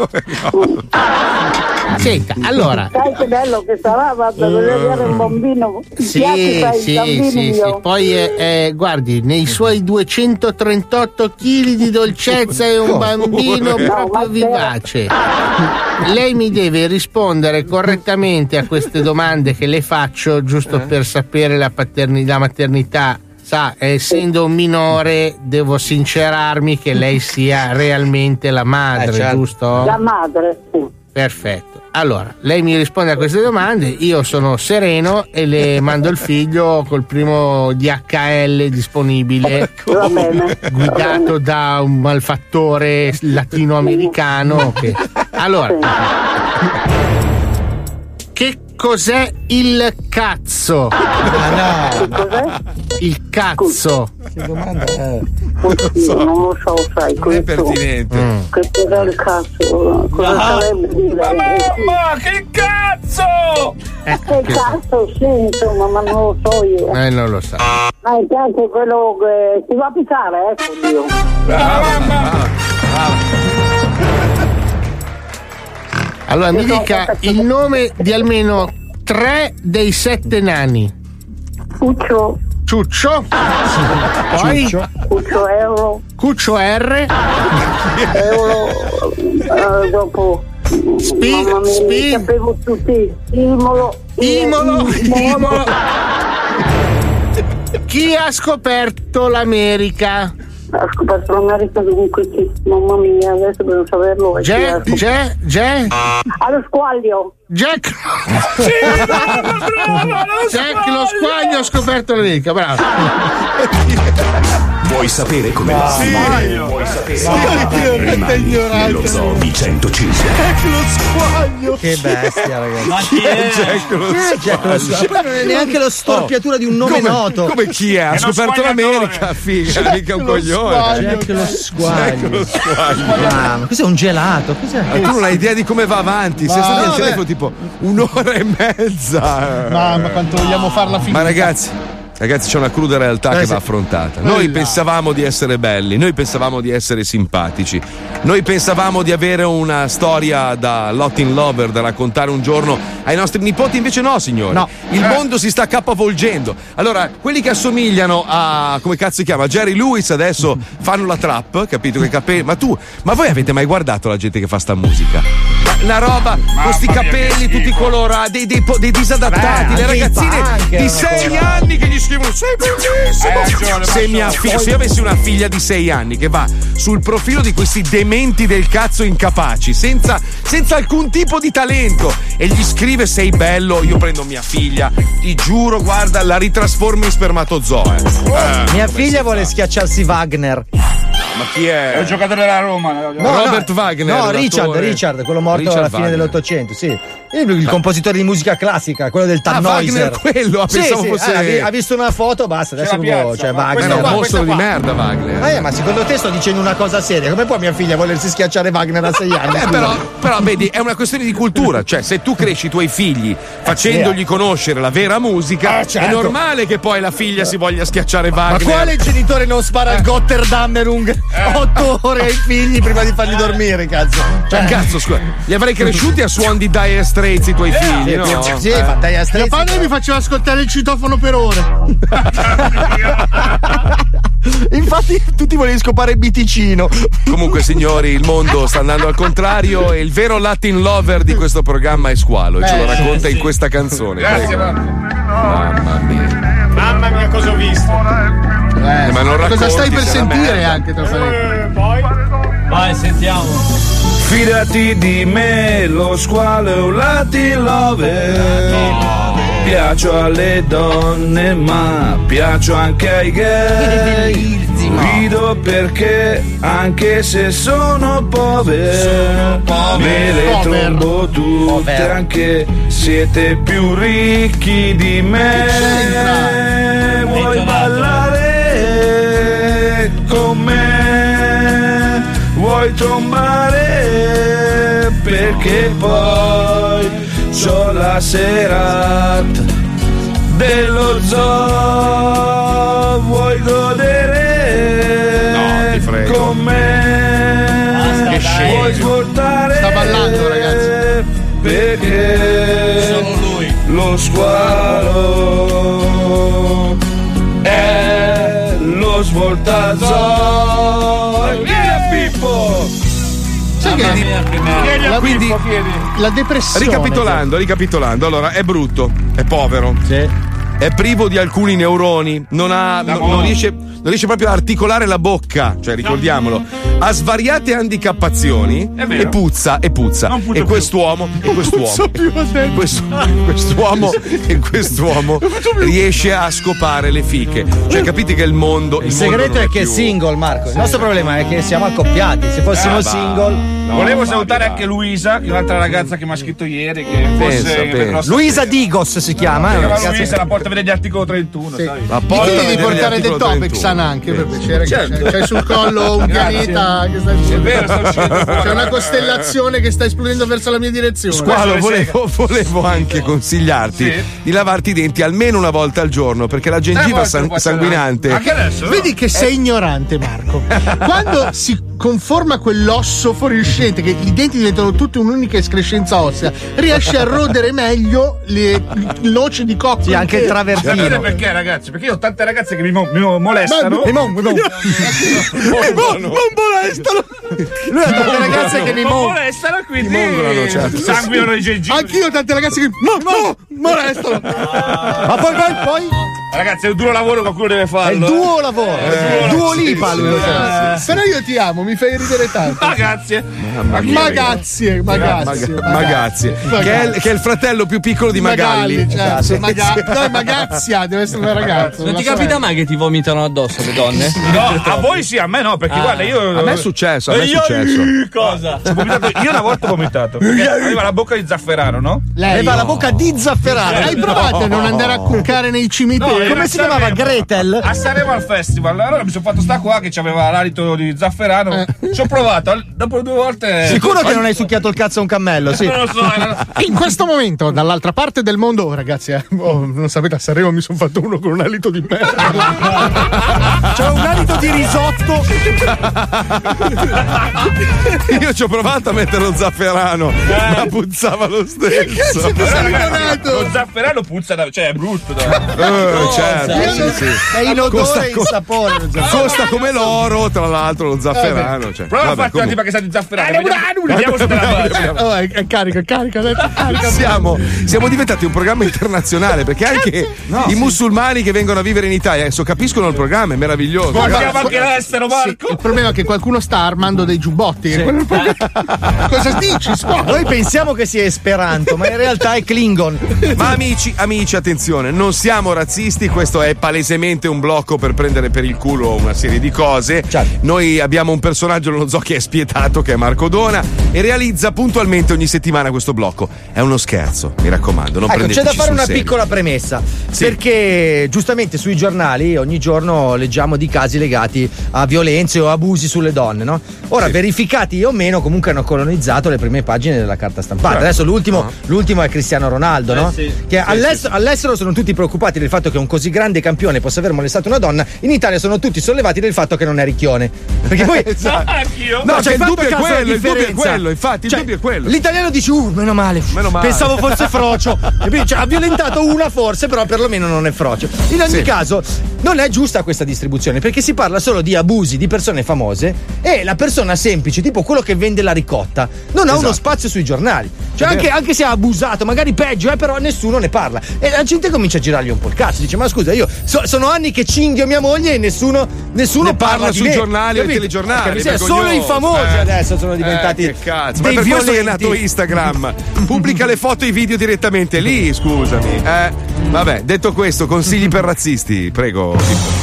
Senta, allora. Sai che bello che sarà, guarda, voglio avere un bambino. Mi Sì, piace, sai, i sì, bambini sì, io. sì. Poi eh, eh, guardi, nei suoi duecentotrentotto chili di dolcezza è un bambino No, proprio ma vivace. Lei mi deve rispondere correttamente a queste domande che le faccio, giusto per sapere la, paterni- la maternità. Sa, essendo un minore, devo sincerarmi che lei sia realmente la madre, Eh, certo. giusto? La madre, sì. Perfetto. Allora, lei mi risponde a queste domande, io sono sereno e le mando il figlio col primo D H L disponibile, Va bene. guidato da un malfattore latinoamericano. Che... Allora, che cos'è il cazzo? Che cos'è? Il cazzo. Che domanda è? Oddio, non lo so, sai, questo. Mm. Che cos'è il cazzo? Cosa No. sarebbe dire? Mamma, che cazzo! Che cazzo, sì, insomma, ma non lo so io. Eh, non lo sa. Ma è anche quello che ti va a pisare, ecco io. Allora, mi dica il nome di almeno tre dei sette nani. Cuccio. Ciuccio. Poi Ciuccio. Cuccio Euro. Cuccio R. Euro. eh, dopo. Spi- Mamma mia, spi- li sapevo tutti. Imolo. Imolo. Imolo. Imolo. Chi ha scoperto l'America? Ha scoperto l'America dunque chi? Mamma mia, adesso devo saperlo. è Jack, chiaro. Jack, Jack. Allo squaglio. Jack. Jack lo squaglio ha scoperto l'America, bravo. Vuoi sapere come va? Sì. Vuoi sapere Sì. come va? Rimani ignorante. nello Zoo di centocinque. Jack lo squaglio. Che bestia, ragazzi. Ma chi è? Jack lo Chi è Jack lo squaglio? Poi non è neanche lo storpiatura di un nome come, noto. Come chi è? Ha È uno scoperto l'America, figa, mica un coglione. Jack lo squaglio. Jack lo squaglio. Ah, ma cos'è un gelato? Cos'è? Ma tu non hai idea di come va avanti. Ma Sei stati al vabbè. telefono tipo un'ora e mezza. Mamma, quanto vogliamo farla finita. Ma ragazzi, ragazzi, c'è una cruda realtà Eh, che sì. va affrontata. Noi Quella. pensavamo di essere belli, noi pensavamo di essere simpatici, noi pensavamo di avere una storia da Latin Lover da raccontare un giorno ai nostri nipoti, invece no, signori. No. Il mondo si sta capovolgendo. Allora, quelli che assomigliano a, come cazzo si chiama, Jerry Lewis adesso fanno la trap, capito? Che capelli. Ma tu, ma voi avete mai guardato la gente che fa sta musica? Ma una roba con sti capelli tutti colorati, dei, dei, po- dei disadattati, Vabbè, le anche i ragazzine punk di erano sei colorati. anni che gli scrivono sei bellissimo. Hai ragione, se, ma mia so- figlia, se io avessi una figlia di sei anni che va sul profilo di questi dementi del cazzo incapaci, senza, senza alcun tipo di talento, e gli scrive sei bello, io prendo mia figlia, ti giuro, guarda, la ritrasformo in spermatozoo. Eh, Mia figlia vuole schiacciarsi Wagner. Ma chi è? È un giocatore della Roma. No, Robert no, Wagner. No, Richard, l'attore. Richard, quello morto Richard alla fine Wagner. dell'Ottocento, sì. Il, il compositore di musica classica, quello del Ah, Tannhäuser. Wagner quello, sì, pensavo sì, fosse- ah, ha vi- ha visto una foto, basta, adesso la non piazza, può, cioè ma- Wagner. questo È un qua, mostro di questo qua. merda, Wagner. Eh, ma secondo te sto dicendo una cosa seria, come può mia figlia volersi schiacciare Wagner a sei anni? Eh, però, però, vedi, è una questione di cultura. Cioè, se tu cresci i tuoi figli facendogli conoscere la vera musica, Ah, certo. è normale che poi la figlia si voglia schiacciare Ma Wagner. quale genitore non spara il Gotterdammerung otto ore ai figli prima di farli dormire, cazzo? Cioè, cazzo, scusa, li avrei cresciuti a suon di Dire Straits i tuoi figli, no? Sì, sì, Eh. fa Dire Mio Straits. padre mi faceva ascoltare il citofono per ore. Infatti tu ti volevi scopare il biticino. Comunque, signori, il mondo sta andando al contrario e il vero Latin lover di questo programma è Squalo e ce lo Eh, racconta sì. in questa canzone. Grazie, Prego. Marco. Mamma mia. Mamma mia, cosa ho visto. Eh, ma non cosa racconti, stai per sei una sentire merda. anche tra Eh, poi? Vai, sentiamo. Fidati di me, lo squalo è un Latin lover. Piaccio alle donne, ma piaccio anche ai gay. Rido perché, anche se sono povero, me le trombo tutte, anche siete più ricchi di me. Vuoi ballare con me? Vuoi trombare? Perché poi c'ho la serata dello zoo. Vuoi godere No, ti prego. con me? Che scemo. Vuoi svoltare? Sta ballando, ragazzi. Perché Solo lui. lo squalo è lo svoltazoo. E via Pippo! Sai che Chiedi a Quindi- Pippo, chiedi. la depressione. Ricapitolando, ricapitolando, allora è brutto, è povero, è privo di alcuni neuroni, non ha, non, non riesce, non riesce proprio a articolare la bocca, cioè ricordiamolo, ha svariate handicappazioni È vero. e puzza e puzza. Non puzza E più. quest'uomo, e quest'uomo, più, ha detto. questo- quest'uomo, e quest'uomo riesce a scopare le fiche. Cioè, capite che il mondo. Il segreto è che è single, Marco. Il nostro problema è che siamo accoppiati. Se fossimo Ah, va. single. Volevo salutare anche Luisa, che è un'altra ragazza che mi ha scritto ieri. Che Pensa, fosse pensa. Luisa Digos si chiama. eh, Ma ragazzi. Luisa la porta a vedere gli articolo trentuno, sai? La Di porta chi a devi vedere portare del l'articolo Topexan trentuno. anche per piacere, Certo. che c'è, c'è sul collo un Grazie. pianeta che sta È vero, sta uscendo fuori. c'è una costellazione che sta esplodendo verso la mia direzione. Squalo, Adesso le volevo, volevo anche consigliarti Sì. di lavarti i denti almeno una volta al giorno perché la Tre gengiva volte san- lo faccio sanguinante. Anche adesso? Vedi che sei ignorante, Marco. Quando si conforma quell'osso fuoriuscente, che i denti diventano tutti un'unica escrescenza ossea, riesci a rodere meglio le noci di cocco. Sì, anche il Sapete travertino. perché, ragazzi? Perché io ho tante ragazze che mi, mo- mi mo- molestano. Mi mon- mi mon- Non molestalo! Lui ha tante ragazze che mi mi mon- molestano, quindi mongolano, certo. sanguinano i gengivi. Anch'io ho tante ragazze che. No, no! Molestalo! Ma poi, poi, poi. Ragazzi, è un duro lavoro, qualcuno deve farlo. È il duo lavoro, Eh, il duo sì, lipa. sì, lui lo sì, chiama. sì. Però io ti amo, mi fai ridere tanto. Ma grazie. Ma grazie, ma grazie. Ma grazie. Che è, il- che è il fratello più piccolo di Magalli. Magalli, certo. Esatto. Maga- no, Magazia, deve essere una ragazza. Non ti una capita sorella. mai che ti vomitano addosso le donne? No, a voi sì, a me no, perché Ah. guarda, io. A me è successo, a me è E io- successo. Cosa? Ho vomitato- io una volta ho vomitato. Perché aveva la bocca di zafferano, no? Lei Aveva la bocca di zafferano. Hai provato a non andare a cuccare nei cimiteri? era Come si a chiamava? Sanremo. Gretel? A Sanremo al festival. Allora mi sono fatto sta qua che aveva l'alito di zafferano. Ci ho provato, al- dopo due volte. Sicuro che non hai succhiato il cazzo a un cammello, sì. Non lo so, era- In questo momento, dall'altra parte del mondo, oh, ragazzi, eh, oh, non sapete, a Sanremo mi sono fatto uno con un alito di merda. C'è un alito di risotto. Io ci ho provato a mettere lo zafferano, ma puzzava lo stesso. Però, ragazzi, lo zafferano puzza, da- cioè è brutto. da- Eh, certo, Io sì, non- sì. È in odore Costa- e in co- sapore. lo zafferano. Costa come l'oro, tra l'altro, lo zafferano. Cioè. Prova a Vabbè, farti una comunque. tipa che sa di zafferano. Vediamo, vediamo se te la faccio. Oh, è, è carica, è carica, adesso è carica. Siamo, siamo diventati un programma internazionale perché anche i musulmani che vengono a vivere in Italia adesso capiscono il programma, è meraviglioso. Guardiamo anche l'estero, Marco. Il problema è che qualcuno sta armando dei giubbotti. e quello è il problema. Cosa dici, scuola? Noi pensiamo che sia Esperanto, ma in realtà è Klingon. Ma amici, amici, attenzione, non siamo razzisti, questo è palesemente un blocco per prendere per il culo una serie di cose. Certo. Noi abbiamo un personaggio nello zoo che è spietato, che è Marco Dona, e realizza puntualmente ogni settimana questo blocco. È uno scherzo, mi raccomando, non Ecco, c'è prendeteci da fare sul una serio. piccola premessa, Sì. perché giustamente sui giornali ogni giorno leggiamo di casi legati a violenze o abusi sulle donne, no? Ora, Sì. verificati o meno, comunque hanno colonizzato le prime pagine della carta stampata. Certo. Adesso l'ultimo, Ah. l'ultimo è Cristiano Ronaldo, no? sì. Che Sì, all'estero, sì, sì. all'estero sono tutti preoccupati del fatto che un così grande campione possa aver molestato una donna, in Italia sono tutti sollevati del fatto che non è ricchione. Perché poi Esatto. Anch'io. No, c'è cioè, il fatto dubbio è caso alla quello, il dubbio è differenza. quello, infatti, il Cioè, dubbio è quello. L'italiano dice, uh, meno male. Meno male. Pensavo fosse frocio. Capito? Cioè, ha violentato una forse, però perlomeno non è frocio. In ogni Sì. caso, non è giusta questa distribuzione, perché si parla solo di abusi di persone famose e la persona semplice, tipo quello che vende la ricotta, non ha uno Esatto. spazio sui giornali. Cioè, È anche, vero. anche se ha abusato, magari peggio, eh, però nessuno ne parla. E la gente comincia a girargli un po' il cazzo. Dice, ma scusa, io so- sono anni che cinghio mia moglie e nessuno, nessuno Ne parla di sui me. giornali o ai Capito? telegiornali, Capito? Sì, vergognoso. Solo i famosi Eh. adesso sono diventati Eh, che cazzo. Ma dei è per questo che è violenti. nato Instagram. Pubblica le foto e i video direttamente lì, scusami. Eh, vabbè, detto questo, consigli per razzisti, prego.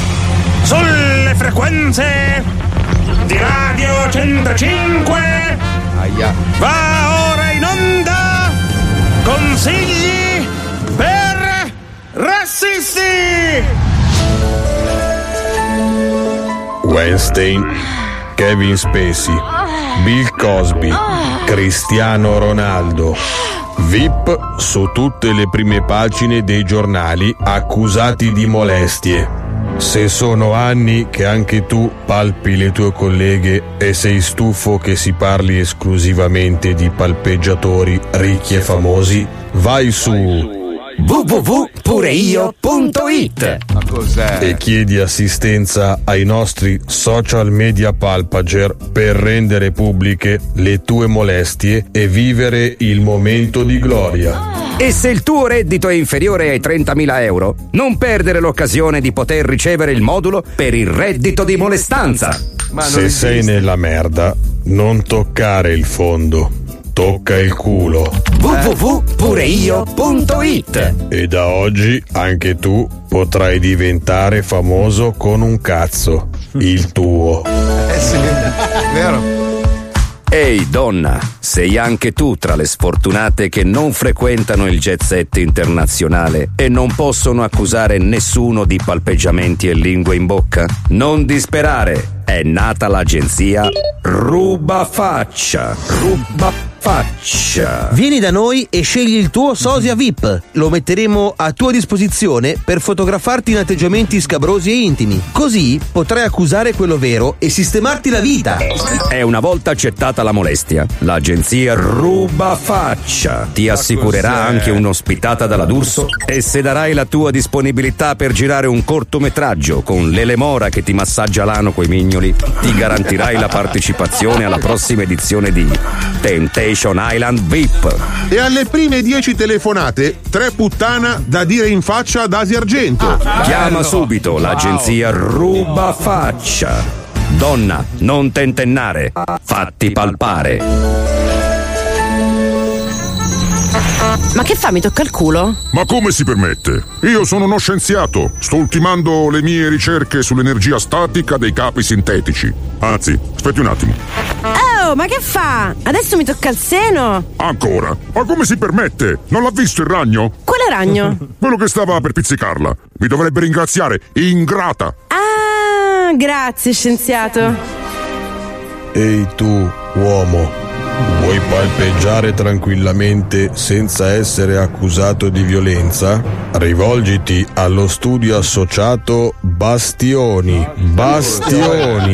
Sulle frequenze di Radio centocinque Aia. va ora in onda consigli per razzisti. Weinstein, Kevin Spacey, Bill Cosby, Cristiano Ronaldo. V I P su tutte le prime pagine dei giornali accusati di molestie. Se sono anni che anche tu palpi le tue colleghe e sei stufo che si parli esclusivamente di palpeggiatori ricchi e famosi, vai su w w w punto pureio punto it Ma cos'è? e chiedi assistenza ai nostri social media palpager per rendere pubbliche le tue molestie e vivere il momento di gloria. E se il tuo reddito è inferiore ai trentamila euro, non perdere l'occasione di poter ricevere il modulo per il reddito di molestanza. Ma non Se esiste. sei nella merda, non toccare il fondo, tocca il culo. w w w punto pureio punto it E da oggi anche tu potrai diventare famoso con un cazzo, il tuo. Eh sì, vero. Ehi donna, sei anche tu tra le sfortunate che non frequentano il jet set internazionale e non possono accusare nessuno di palpeggiamenti e lingue in bocca? Non disperare, è nata l'agenzia Ruba Faccia. Ruba Faccia. Vieni da noi e scegli il tuo sosia V I P. Lo metteremo a tua disposizione per fotografarti in atteggiamenti scabrosi e intimi. Così potrai accusare quello vero e sistemarti la vita. E una volta accettata la molestia, l'agenzia Ruba Faccia ti assicurerà cos'è? anche un'ospitata dalla D'Urso e se darai la tua disponibilità per girare un cortometraggio con Lele Mora che ti massaggia l'ano coi mignoli, ti garantirai la partecipazione alla prossima edizione di Temptation Station Island V I P. E alle prime dieci telefonate, tre puttana da dire in faccia ad Asia Argento. Chiama subito l'agenzia Ruba Faccia. Donna, non tentennare, fatti palpare. Ma che fa? Mi tocca il culo? Ma come si permette? Io sono uno scienziato. Sto ultimando le mie ricerche sull'energia statica dei capi sintetici. Anzi, aspetti un attimo. Oh, ma che fa? Adesso mi tocca il seno? Ancora? Ma come si permette? Non l'ha visto il ragno? Quale ragno? Quello che stava per pizzicarla. Mi dovrebbe ringraziare, ingrata. Ah, grazie, scienziato. Ehi tu, uomo. Vuoi palpeggiare tranquillamente senza essere accusato di violenza? Rivolgiti allo studio associato Bastioni. Bastioni.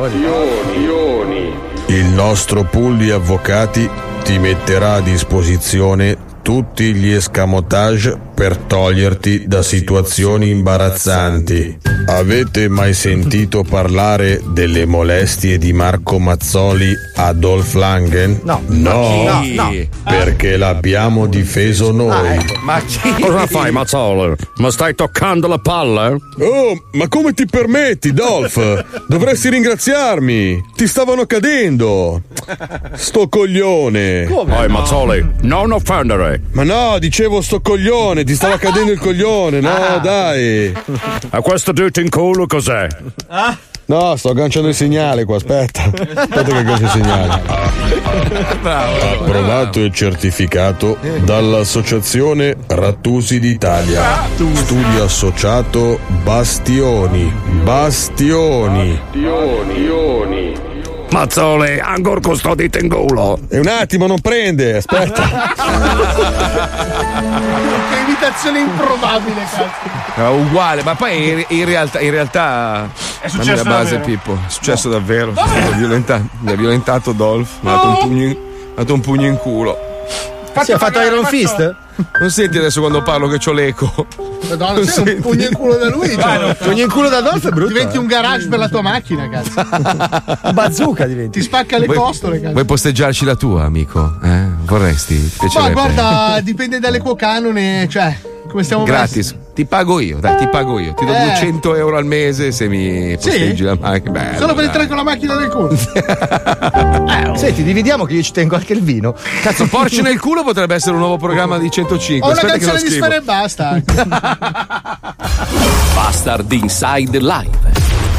Il nostro pool di avvocati ti metterà a disposizione tutti gli escamotage per toglierti da situazioni imbarazzanti. Avete mai sentito parlare delle molestie di Marco Mazzoli a Dolph Lundgren? No. No, no, no. Perché l'abbiamo difeso noi. Ah, ecco. Ma chi? Cosa fai, Mazzoli? Ma stai toccando la palla? Oh, ma come ti permetti, Dolph? Dovresti ringraziarmi. Ti stavano cadendo. Sto coglione. Come? Poi, Mazzoli, non offendere. Ma no, dicevo sto coglione, ti stava cadendo il coglione, no, Ah. dai. A questo dito in culo cos'è? Ah? No, sto agganciando il segnale qua, aspetta. Aspetta che aggancio il segnale. Approvato e certificato dall'Associazione Rattusi d'Italia. Studio associato Bastioni. Bastioni. Bastioni. Mazzoli, ancora con sto dito in culo. E un attimo, non prende, aspetta. Che imitazione improbabile, cazzo. No, uguale, ma poi in, in realtà in realtà È successo dammi la base, davvero? Pippo. È successo davvero. Mi ha violentato, mi ha violentato Dolph, mi ha dato un pugno in, mi ha dato un pugno in culo. Sì, ha fatto Iron Fist? Non senti adesso quando parlo che c'ho l'eco? Madonna, Non sei un senti? pugno in culo da lui. Cioè. Pugno in culo da Dolph è brutto. Diventi eh. un garage per la tua macchina, cazzo. Bazooka diventi. Ti spacca le Vuoi- costole, cazzo. Vuoi posteggiarci la tua, amico? Eh? Vorresti? Ti Ma piacerebbe? guarda, dipende dall'equo canone, cioè, come stiamo Gratis. Ti pago io, dai, ti pago io. Ti do Eh. duecento euro al mese se mi Sì? posteggi la macchina. Bello, Solo per dai. entrare con la macchina del culo. Senti, dividiamo che io ci tengo anche il vino. Cazzo, Porsche nel culo potrebbe essere un nuovo programma di centocinque. Ho una Aspetta che lo canzone di scrivo. Sfera e basta. Bastard Inside Live.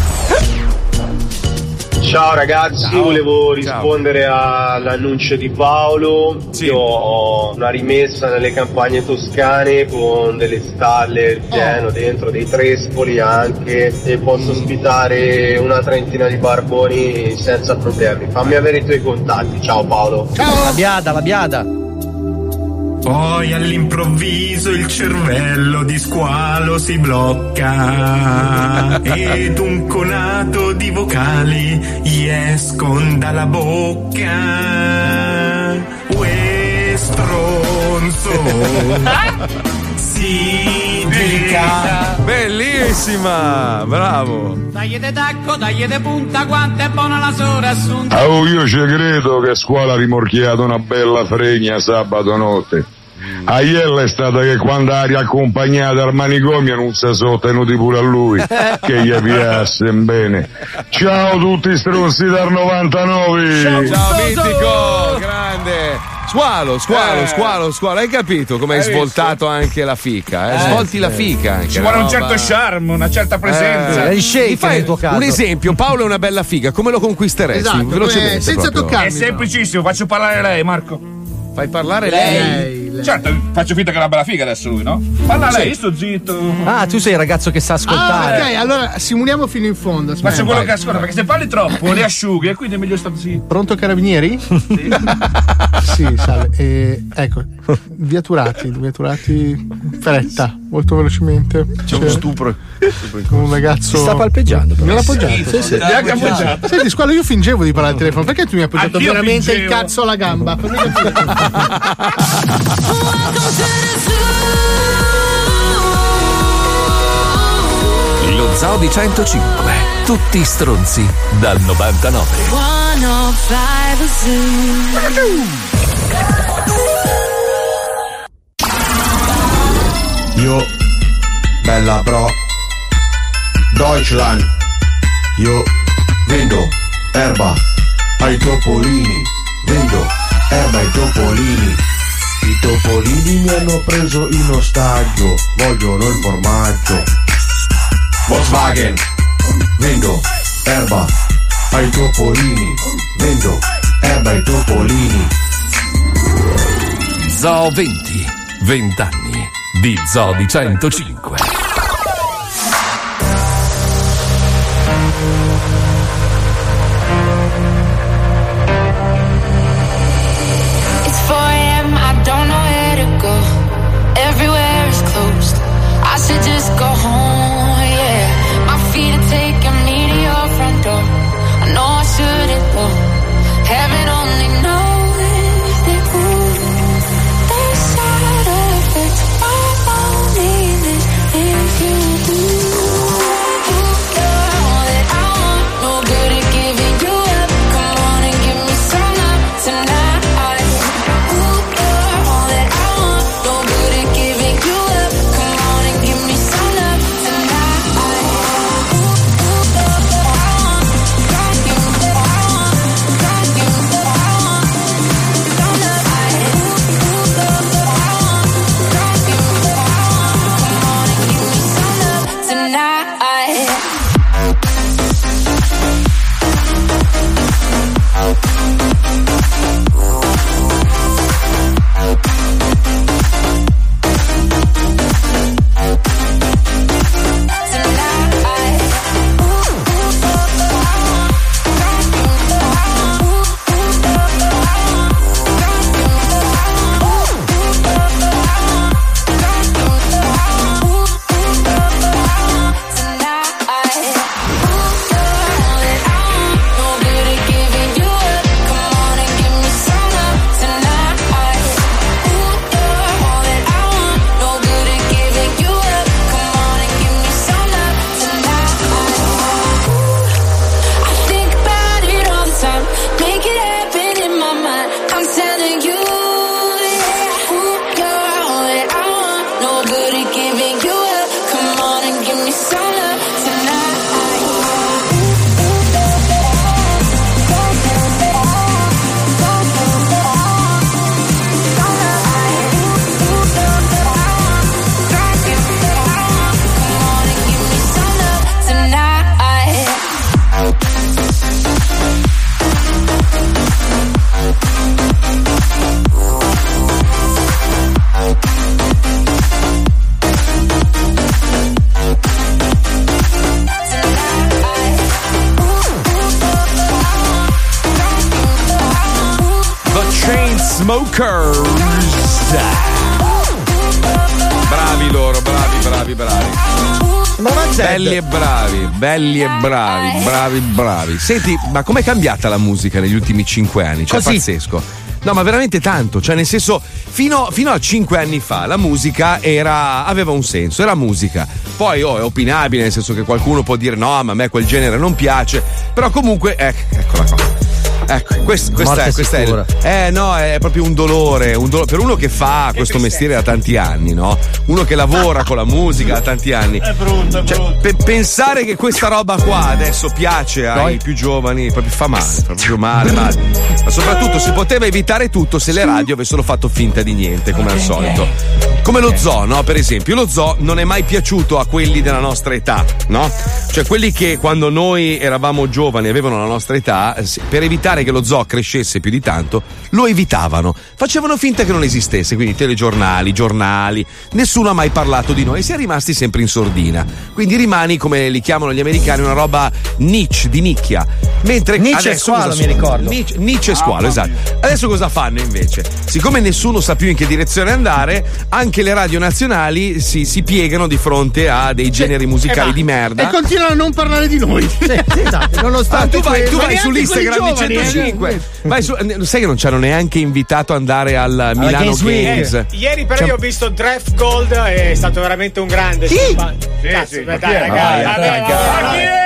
Ciao ragazzi, volevo rispondere all'annuncio di Paolo. Io ho una rimessa nelle campagne toscane con delle stalle pieno dentro, dei trespoli anche, e posso ospitare una trentina di barboni senza problemi. Fammi avere i tuoi contatti. Ciao Paolo. La biada, la biada. Poi all'improvviso il cervello di squalo si blocca ed un conato di vocali gli escon dalla bocca. Uè stronzo si dica. Bellissima, bravo. Dagli de tacco, dagli de punta, quanto è buona la sora assunta. Ah, oh, io ci credo che a scuola ha rimorchiato una bella fregna sabato notte. A ieri è stata che quando ha riaccompagnato al manicomio non si sono tenuti pure a lui, che gli piace bene. Ciao tutti stronzi dal novantanove. Ciao mitico, grande. Squalo, squalo, Eh. squalo, squalo. Hai capito come hai Hai svoltato anche la fica? Eh? Eh, Svolti sì. la fica anche. Ci vuole un roba. certo charme, una certa presenza. Eh, Ti fai un esempio, Paolo è una bella figa, come lo conquisteresti? Esatto, Velocemente proprio. È semplicissimo, faccio parlare lei, Marco. Fai parlare lei? Certo, faccio finta che è una bella figa adesso lui, no? Parla Sì. lei, io sto zitto. Ah, tu sei il ragazzo che sa Ah, ascoltare. ok, allora simuliamo fino in fondo. aspetta. Faccio quello Vai. che ascolta, perché se parli troppo li asciughi e quindi è meglio stare zitto. Pronto carabinieri? Sì, salve. Eh, ecco, viaturati, viaturati fretta, molto velocemente. C'è uno stupro. Un ragazzo. Si sta palpeggiando, però. Mi ha appoggiato. Sì, sì. Mi ha appoggiato. Senti, squalo, io fingevo di parlare al telefono. Perché tu mi hai appoggiato Anch'io veramente il fingevo. cazzo alla gamba? Fammi capire. Lo Zoo di centocinque. Tutti stronzi dal novantanove. one oh five Zoo. Io, bella bro, Deutschland. Io vendo erba ai topolini, vendo erba ai topolini. I topolini mi hanno preso in ostaggio, vogliono il formaggio. Volkswagen, vendo erba ai topolini, vendo erba ai topolini. Zoo venti, venti anni di Zoo di centocinque. It's four a.m. I don't know where to go. Everywhere is closed. I should just go home, yeah. My feet are taking me to your front door. I know I shouldn't go. Heaven only knows that the side effects of loneliness is you. Girl, that I want, no good at giving you up. Come on and give me some love tonight. Ooh, girl, that I want, no good at giving you up. Come on and give me some love tonight. Ooh, ooh, girl, that I want, God, give me that I want, God, give me that I want, some love. Ooh, girl, that I want, God, give me that I want. Come on and give me some love tonight. Smokers. Bravi loro, bravi, bravi, bravi. Belli e bravi, belli e bravi, bravi, bravi. Senti, ma com'è cambiata la musica negli ultimi cinque anni? Cioè, Così. pazzesco. No, ma veramente tanto. Cioè, nel senso, fino, fino a cinque anni fa la musica era, aveva un senso, era musica. Poi oh, è opinabile, nel senso che qualcuno può dire no, ma a me quel genere non piace. Però comunque, eh, eccola qua. Ecco, questo, questa, è, questa è il, eh no, è proprio un dolore, un dolore per uno che fa che questo mestiere da tanti anni, no? Uno che lavora con la musica da tanti anni. È brutto, è cioè, brutto. pe- pensare che questa roba qua adesso piace ai Poi? più giovani, proprio fa male, proprio male, male. Ma soprattutto si poteva evitare tutto se le radio avessero fatto finta di niente, come al solito. Come lo zoo, no? Per esempio, lo zoo non è mai piaciuto a quelli della nostra età, no? Cioè quelli che quando noi eravamo giovani avevano la nostra età, per evitare che lo zoo crescesse più di tanto, lo evitavano. Facevano finta che non esistesse, quindi telegiornali, giornali, nessuno ha mai parlato di noi, si è rimasti sempre in sordina. Quindi rimani, come li chiamano gli americani, una roba niche, di nicchia. Mentre Niche e adesso squalo, cosa mi ricordo. Niche, niche e squalo, esatto. Adesso cosa fanno invece? Siccome nessuno sa più in che direzione andare, anche le radio nazionali si, si piegano di fronte a dei generi musicali eh, di merda. E continuano a non parlare di noi. Esatto, nonostante Ah, tu vai, tu Ma vai neanche sull'Instagram quelli di giovani, centocinque. eh. Vai su, sai che non ci hanno neanche invitato ad andare al Milano Games Week. Games. Eh, ieri però Cioè- io ho visto Draft Gold, è stato veramente un grande. Chi? Cazzo, sì, beh, ma dai, chi è? ragazzi, Ah, vabbè, dai, vabbè, dai. vabbè,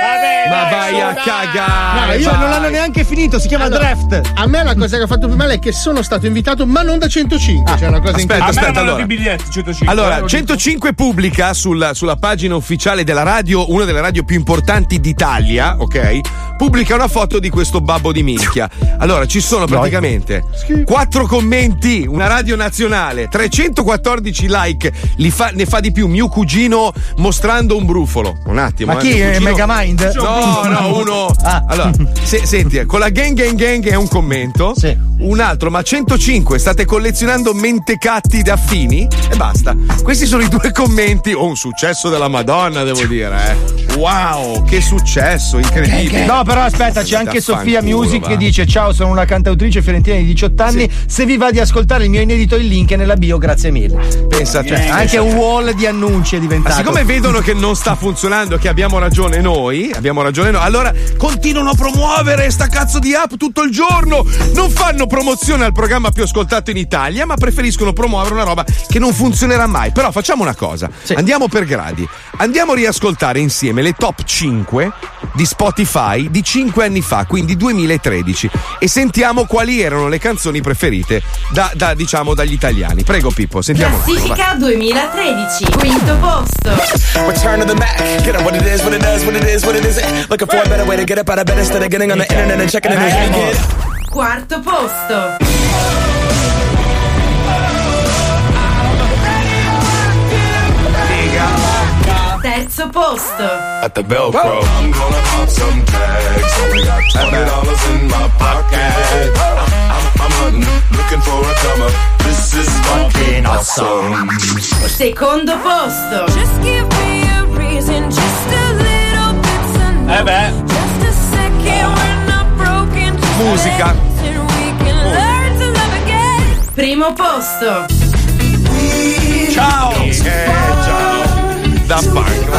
Ma vai a cagare! No, io Cioè, non l'hanno neanche finito, si chiama Allora, draft. A me la cosa che ha fatto più male è che sono stato invitato, ma non da centocinque. C'è una cosa Aspetta, incredibile. aspetta, allora. I biglietti centocinque. Allora, eh, centocinque pubblica sulla, sulla pagina ufficiale della radio, una delle radio più importanti d'Italia, ok? Pubblica una foto di questo babbo di minchia. Allora, ci sono praticamente quattro commenti, una radio nazionale, trecentoquattordici like, li fa, ne fa di più mio cugino mostrando un brufolo. Un attimo. Ma eh, chi? mio È cugino- Megamind? No, no, uno. Ah. Allora, se- senti, eh, con la gang gang gang è un commento. Un altro, ma centocinque, state collezionando mentecatti da affini? E basta. Questi sono i due commenti. Oh, un successo della Madonna, devo dire, eh. Wow, che successo, incredibile. No, però aspetta, c'è anche Sofia Vaffanculo, Music va. che dice: ciao, sono una cantautrice fiorentina di diciotto anni. Se vi va di ascoltare il mio inedito, il link è nella bio, grazie mille. Pensa a te. Cioè, anche un wall di annunci è diventato. Ma siccome vedono che non sta funzionando, che abbiamo ragione noi, abbiamo ragione noi, allora continuano a promuovere sta cazzo di app tutto il giorno. Non fanno promozione al programma più ascoltato in Italia, ma preferiscono promuovere una roba che non funzionerà mai. Però facciamo una cosa, andiamo per gradi. Andiamo a riascoltare insieme le top cinque di Spotify di cinque anni fa, quindi duemilatredici, e sentiamo quali erano le canzoni preferite da, da diciamo dagli italiani. Prego Pippo, sentiamo. Classifica duemilatredici, quinto posto. Return to the Mac. Get up what it is, what it does, what it is, what it isn't. Looking for a better way to get up out of bed instead of getting on the internet and checking it out. Quarto posto. Terzo posto. At the Velcro. I'm gonna pop some tags. Only got twenty dollars in my pocket. I'm, I'm, I'm hunting, looking for a come up. This is fucking awesome. Secondo posto. Just give me a reason, just a little bit tonight. Eh beh. Just a second, we're not broken. Just Musica. listen, we can learn to love again. Primo posto. Ciao! Eh, ciao! Da Punk.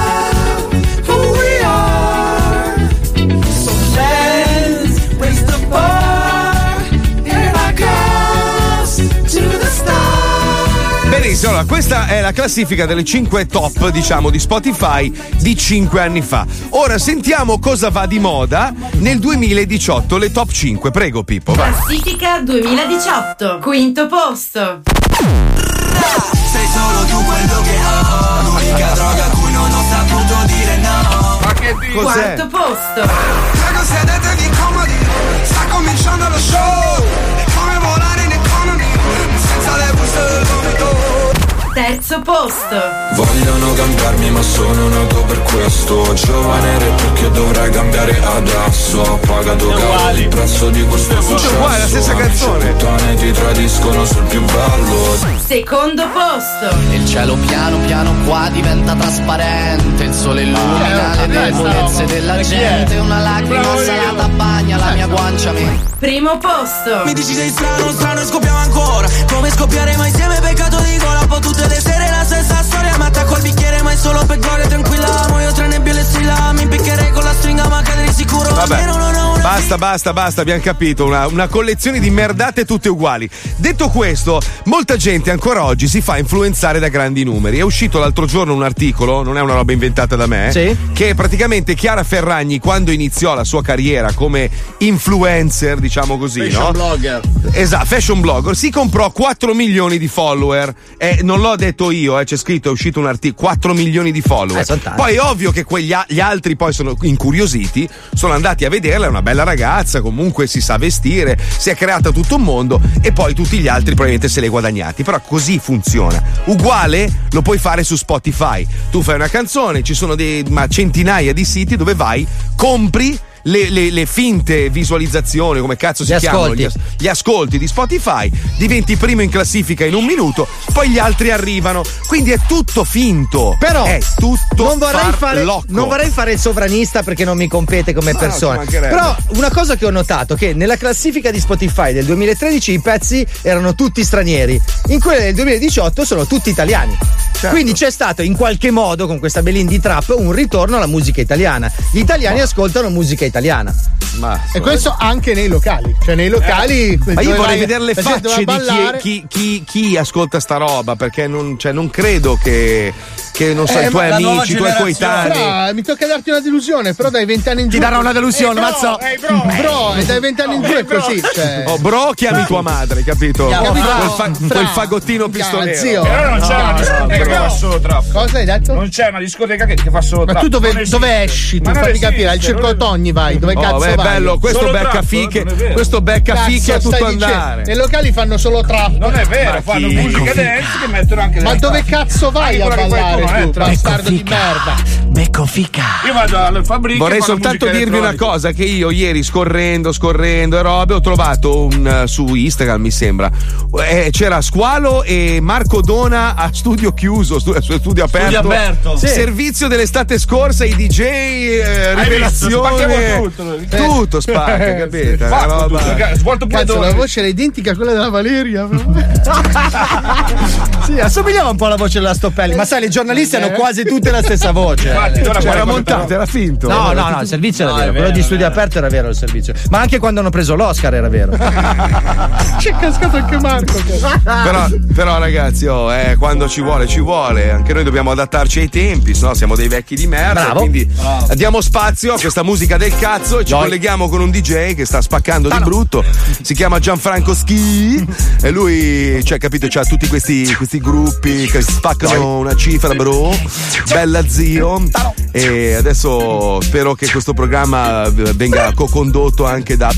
Who we are. So let's raise the bar. Here I comes to the stars. Benissimo, allora questa è la classifica delle cinque top, diciamo, di Spotify di cinque anni fa. Ora sentiamo cosa va di moda nel duemiladiciotto, le top cinque. Prego Pippo, vai. Classifica duemiladiciotto, quinto posto. Sei solo tu quello che ho. L'unica droga a cui non ho saputo dire no. Ma che dici? Quarto posto. Prego sedetevi comodi. Sta cominciando lo show. È come volare in economy senza le buste del vomito. Terzo posto. Vogliono cambiarmi ma sono nato per questo. Giovane re perché dovrai cambiare adesso. Ho pagato caro il prezzo di questo successo. uguale, la stessa canzone. Amici puttane ti tradiscono sul più bello. Secondo posto. Il cielo piano piano qua diventa trasparente. Il sole illumina le debolezze della gente. Una lacrima salata bagna la mia guancia. Mi... Primo posto. Mi dici sei strano, strano e scoppiamo ancora. Come scoppiare mai insieme, peccato di gola. Un po' tutte le sere la stessa storia. Ma attacco il bicchiere ma è solo per gloria. Tranquilla, mo io tre nebbie le strilla. Mi impiccherei con la stringa ma cadrei sicuro. Vabbè, Almeno non ho una basta, basta, basta, abbiamo capito. Una, una collezione di merdate tutte uguali. Detto questo, molta gente ancora oggi si fa influenzare da grandi numeri. È uscito l'altro giorno un articolo, non è una roba inventata da me, Sì. che praticamente Chiara Ferragni, quando iniziò la sua carriera come influencer, diciamo così, Fashion no? blogger. Esatto, fashion blogger, si comprò quattro milioni di follower. Eh, non l'ho detto io, eh, c'è scritto, è uscito un articolo, quattro milioni di follower. Eh, sono tanti. Poi è ovvio che quegli a- gli altri poi sono incuriositi, sono andati a vederla, è una bella ragazza, comunque si sa vestire, si è creata tutto un mondo e poi tutti gli altri probabilmente se li guadagnati. Però così funziona. Uguale lo puoi fare su Spotify. Tu fai una canzone, ci sono dei, ma centinaia di siti dove vai, compri Le, le, le finte visualizzazioni, come cazzo si Gli chiamano? ascolti. Gli, as- gli ascolti di Spotify, diventi primo in classifica in un minuto, poi gli altri arrivano. Quindi è tutto finto. Però è tutto non vorrei, fare, farlocco. non vorrei fare il sovranista perché non mi compete come No, ci persona. mancherebbe. Però una cosa che ho notato è che nella classifica di Spotify del duemilatredici i pezzi erano tutti stranieri, in quella del duemiladiciotto sono tutti italiani. Certo. Quindi c'è stato in qualche modo con questa Belindi Trap un ritorno alla musica italiana. Gli italiani ascoltano musica italiana. Ma E questo anche nei locali. Cioè nei locali. Ma io dove vorrei vai- vedere le la gente va facce a di chi, ballare. chi, chi, chi ascolta sta roba, perché non, cioè, non credo che, che non so, Eh, i tuoi ma la nuova amici, i tuoi coetanei. Fra, mi tocca darti una delusione, però dai vent'anni in giù. Ti darà una delusione, Eh, bro, mazzo. eh, bro, bro, e dai vent'anni in giù è così. Cioè. Oh, bro, chiami tua madre, capito? Capito? Quel, fa- Fra. quel fagottino pistolero. Zio. Però non c'è No, una discoteca no, che no. fa solo trap. Cosa hai detto? Non c'è una discoteca che, che fa solo Ma trap. tu dove, Non esiste. dove esci? Tu Ma non fammi esiste, capire, al Circo non- Togni vai, dove Oh, cazzo beh, vai? bello, questo Solo becca trap, fiche, non è vero. questo becca Cazzo, fiche a tutto stai dicendo? andare. Nei locali fanno solo trap. Non è vero, Ma fanno chi? musica dance che mettono anche Ma del dove trap. cazzo vai Anche a quella che fai tu, non ballare è tu, trap. bastardo di merda? Becco fica. Io vado alle fabbriche. Vorrei fanno soltanto musica dirvi una elettronica. cosa, che io ieri scorrendo, scorrendo e robe ho trovato un, su Instagram mi sembra, eh, c'era Squalo e Marco Dona a studio chiuso, stu- studio aperto, aperto. Sì. servizio dell'estate scorsa, i D J, eh, Hai visto? rivelazione, Spacchiamo tutto. tutto spacca, capito? Fatto Una roba- tutto, ca- svolto pure Cazzo, la dove. voce era identica a quella della Valeria. Sì, assomigliava un po' alla voce della Stoppelli, ma sai, i giornalisti hanno quasi tutte la stessa voce. Infatti, ora Cioè, era poi- montato, era finto. No, no, no, il servizio era No, vero, è quello vero, di è studio vero. aperto era vero il servizio. Ma anche quando hanno preso l'Oscar era vero. C'è cascato anche Marco. Però, però ragazzi, oh, eh, quando ci vuole, ci vuole. Anche noi dobbiamo adattarci ai tempi, sennò siamo dei vecchi di merda. Bravo. Quindi diamo spazio a questa musica del cazzo e ci Dai. colleghiamo con un D J che sta spaccando di brutto. Si chiama Gianfranco Schi e lui, cioè, capito, c'ha tutti questi, questi gruppi che spaccano una cifra, bro. Bella zio. E adesso spero che questo programma venga co-condotto anche da.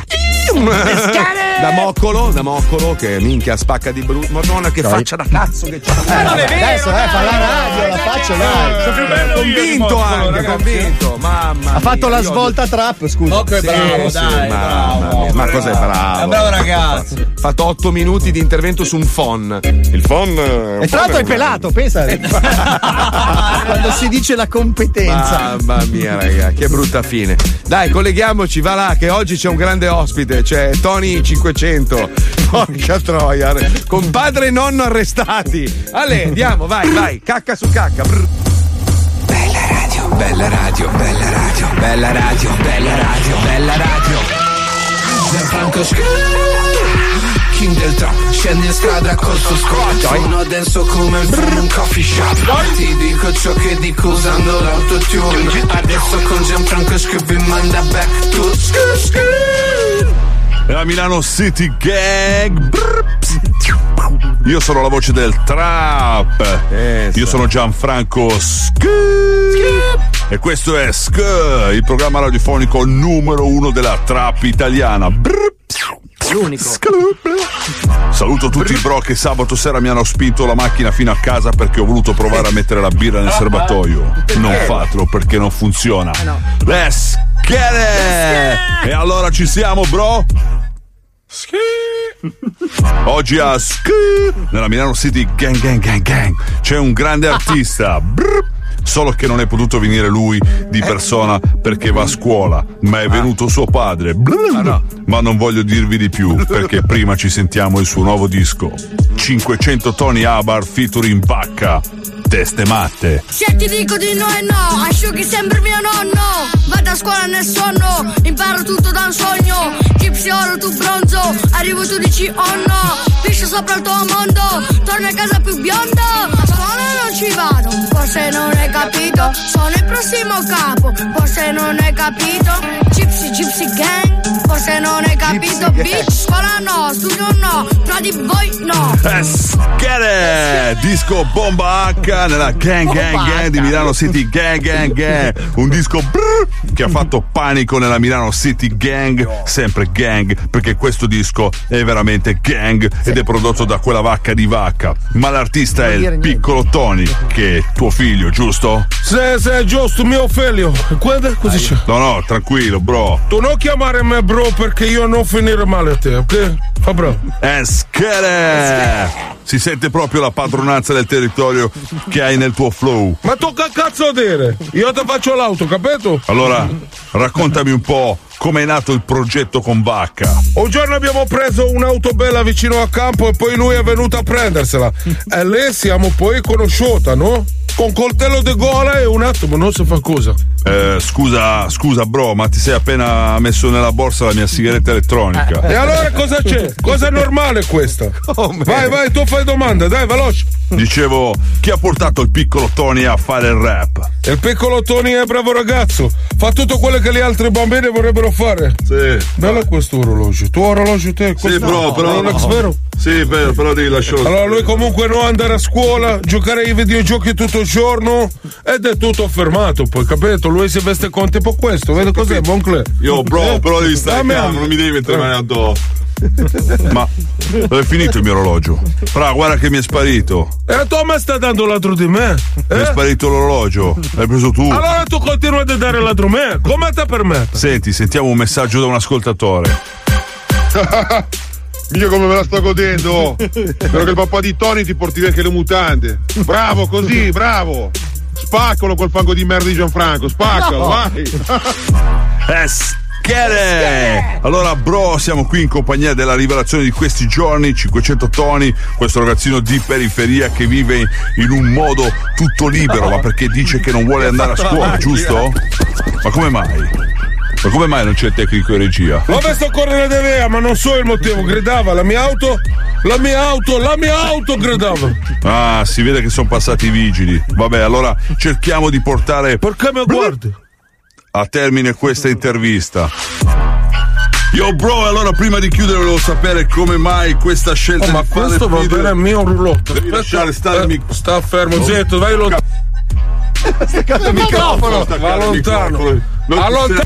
Da Moccolo, da Moccolo che minchia spacca di brutto. Madonna che faccia da cazzo che c'ha. non è vero, Adesso, eh, fa la radio, la faccia, dai. Sono più bello io di Convinto Moccolo, anche, ragazzi. convinto. Mamma Ha fatto mia, la io- svolta trap, scusa. Ok, Sì, bravo, sì, dai, mamma bravo. mia, ma cos'è bravo? È un bravo ragazzo. Ha fatto otto minuti di intervento su un phon. Il phon. E tra l'altro è pelato, pensa. Quando si dice la competenza. Mamma mia, raga, che brutta fine. Dai, colleghiamoci, va là, che oggi c'è un grande ospite. C'è Tony cinquecento. Porca troia. Con padre e nonno arrestati. Ale, andiamo, vai, vai. Cacca su cacca. Brr. Bella radio, bella radio, bella radio, bella radio, bella radio, bella radio. Gianfranco Sc- King del trap, scendi in strada col suo scotch. Sono denso come il fumo un coffee shop. Ti dico ciò che dico usando l'autotune. Adesso con Gianfranco Sc- vi manda back to Sc- Sc- La Milano City Gang. Io sono la voce del trap. Eh, Io sono Gianfranco Sk. E questo è Sk, il programma radiofonico numero uno della trap italiana. L'unico. Saluto tutti i bro che sabato sera mi hanno spinto la macchina fino a casa perché ho voluto provare a mettere la birra nel serbatoio. Non fatelo perché non funziona. Let's get it! E allora ci siamo, bro? Oggi a Sk, nella Milano City Gang Gang Gang Gang c'è un grande artista. Brr. Solo che non è potuto venire lui di persona perché va a scuola, ma è venuto suo padre. Brr. Ma non voglio dirvi di più perché prima ci sentiamo il suo nuovo disco. cinquecento Tony Abar featuring Vacca. Teste matte. Se ti dico di no e no, asciughi sempre mio nonno. Vado a scuola nel sonno, imparo tutto da un sogno. Gypsy oro, tu bronzo, arrivo tu dici oh no. Piscio sopra il tuo mondo, torno a casa più biondo. A scuola non ci vado, forse non hai capito. Sono il prossimo capo, forse non hai capito. Gypsy, Gypsy Gang, forse non hai capito. Bitch, scuola no, studio no, fra di voi no. Let's get it! Disco Bomba H nella Gang Gang Gang di Milano City Gang Gang Gang. Un disco brrr, che ha fatto panico nella Milano City Gang. Sempre gang, perché questo disco è veramente gang ed è prodotto da quella vacca di Vacca. Ma l'artista è il piccolo Tony, che è tuo figlio, giusto? Sì, sì, giusto, mio figlio. Guarda, cosa c'è? No, no, tranquillo, bro. Tu non chiamare me bro perché io non finire male a te, ok? Fa bro. E schele! Si sente proprio la padronanza del territorio che hai nel tuo flow. Ma tu che cazzo dire? Io ti faccio l'auto, capito? Allora, raccontami un po' come è nato il progetto con Vacca. Un giorno abbiamo preso un'auto bella vicino a campo e poi lui è venuto a prendersela. E lì siamo poi conosciuta, no? Con coltello di gola e un attimo non si fa cosa. Eh, scusa, scusa bro, ma ti sei appena messo nella borsa la mia sigaretta elettronica. E allora cosa c'è? Cosa è normale questa? Come? Vai, vai, tu fai domanda, dai, veloce. Dicevo, chi ha portato il piccolo Tony a fare il rap? Il piccolo Tony è bravo ragazzo, fa tutto quello che gli altri bambini vorrebbero fare. Sì. Bello questo orologio. Tu orologio te? Sì, bro, no, però. Rolex, vero? Sì, vero, però devi lasciarlo. Allora lui comunque non andare a scuola, giocare ai videogiochi tutto il giorno ed è tutto fermato, poi capito? Lui si veste con tipo questo, vedi cos'è? Moncler. Io, bro, Eh? però devi stare Dammi calmo, anche. non mi devi mettere mani addosso. Ma dove è finito il mio orologio? Fra, guarda che mi è sparito. E tu mi stai dando l'altro di me? Mi è Eh? sparito l'orologio. L'hai preso tu. Allora tu continui a dare l'altro me? Come te permette? Senti, sentiamo un messaggio da un ascoltatore. Io come me la sto godendo. Spero che il papà di Tony ti porti via anche le mutande. Bravo, così, bravo. Spaccalo quel fango di merda di Gianfranco, spaccalo, No. vai. Es- Chere! Allora, bro, siamo qui in compagnia della rivelazione di questi giorni, cinquecento Tony, questo ragazzino di periferia che vive in un modo tutto libero, ma perché dice che non vuole andare a scuola, giusto? Ma come mai? Ma come mai non c'è il tecnico in regia? L'ho visto correre da via, ma non so il motivo. Gridava la mia auto, la mia auto, la mia auto gridava. Ah, si vede che sono passati i vigili. Vabbè, allora cerchiamo di portare. Perché mi guardi? A termine questa intervista. Yo bro, allora prima di chiudere volevo sapere come mai questa scelta Oh, ma di fare questo va video- bene al mio roulotte. Devi lasciare stare il microfono. Sta fermo, zitto, vai lontano. Staccato il microfono. Va lontano. Allontano.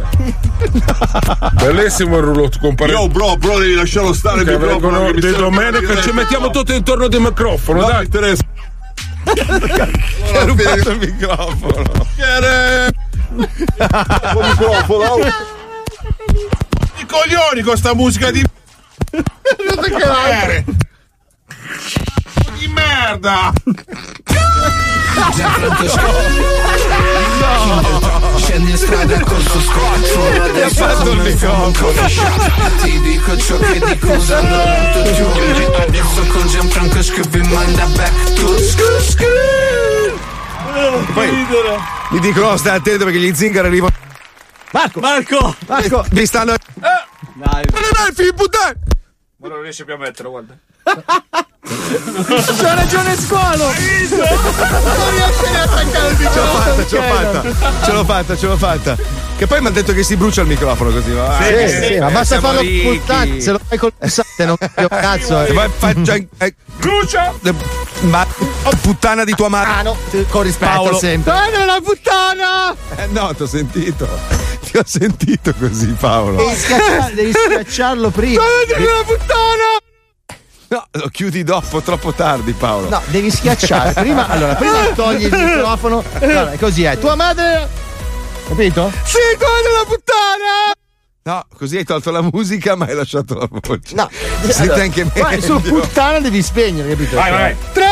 Bellissimo il roulotte, compare. Yo bro, bro, devi lasciarlo stare il Che microfono. vengono che mi di sta- domenica ci mettiamo tutti intorno del microfono, No, dai. mi interessa. Ha rubato il microfono. Chiare. Il microfono. I coglioni con sta musica di Eh. di merda. Scendi in strada a corso scoccio. Ha fatto il microfono. Ti dico ciò che dico usando l'autotune. Adesso con Gianfranco scrivi manda back to Poi mi dicono stai attento perché gli zingari arrivano. Marco! Marco! Marco, mi stanno. Dai! Dai, figlio di puttana! Ma non riesce più a metterlo, guarda. C'ha ragione squalo! Non riesce a attaccare il Ce l'ho microfono. fatta, ce l'ho fatta, ce l'ho fatta, ce l'ho fatta. Che poi mi hanno detto che si brucia il microfono così. Va. Sì, Eh, sì, eh, ma basta siamo farlo ricchi. pulsante, se lo fai col pulsante non cambia un cazzo. Eh, ma faccia. Eh, Brucia! ma oh, puttana di tua madre. Ah, no, con rispetto Paolo. sempre. Dai, è una puttana! Eh, no, ti ho sentito. Ti ho sentito così, Paolo. Devi, schiaccia- devi schiacciarlo prima. Dai, è una puttana! No, lo chiudi dopo, troppo tardi, Paolo. No, devi schiacciare. Prima, allora, prima togli il microfono. Allora, così è. Tua madre. Capito? Sì, guarda la puttana! No, così hai tolto la musica, ma hai lasciato la voce. No, Senti allora, anche me. vai, sul puttana devi spegnere, capito? Vai, vai, vai.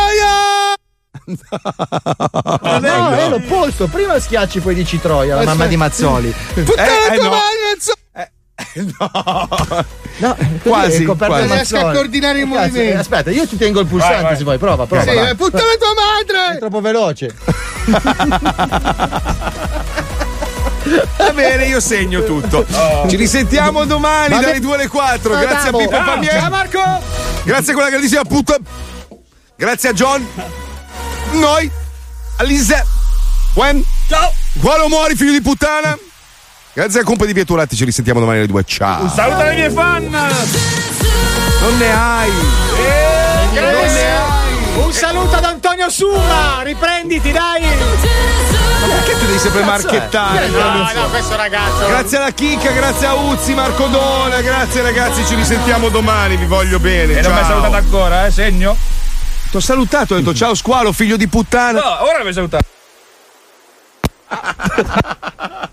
Troia! No, no, è l'opposto. Prima schiacci, poi dici Troia, la mamma di Mazzoli. Puttana Eh, eh, tua no. madre! No. No, Quasi, è coperto quasi. da Non riesco a Mazzoli. coordinare i Cazzo, movimenti. eh, Aspetta, io ti tengo il pulsante Vai, vai. se vuoi. Prova, prova. Sì, vai. eh, puttana tua È madre! troppo veloce. Va bene, io segno tutto. Ci risentiamo domani Va dalle bene. due alle quattro. Ciao, Grazie a Davo. Pippo Ciao. Palmieri. Ciao, Marco. Grazie a quella grandissima puttana. Grazie a John. Noi. A Lise. Gwen. Ciao! Qualo muori, figlio di puttana. Grazie al compa di Vieturati, ci risentiamo domani alle due. Ciao. Saluta le mie fan! Non ne hai. Eh, Non ne hai. Un saluto ad Antonio Suma! Riprenditi, dai! Perché tu devi sempre Cazzo è? marchettare? No, no, questo ragazzo. Grazie alla Chicca, grazie a Uzzi, Marco Dona, grazie ragazzi, ci risentiamo domani, vi voglio bene. E non mi hai ciao. salutato ancora, eh, segno? Ti ho salutato, ho detto ciao squalo, figlio di puttana. No, ora mi hai salutato.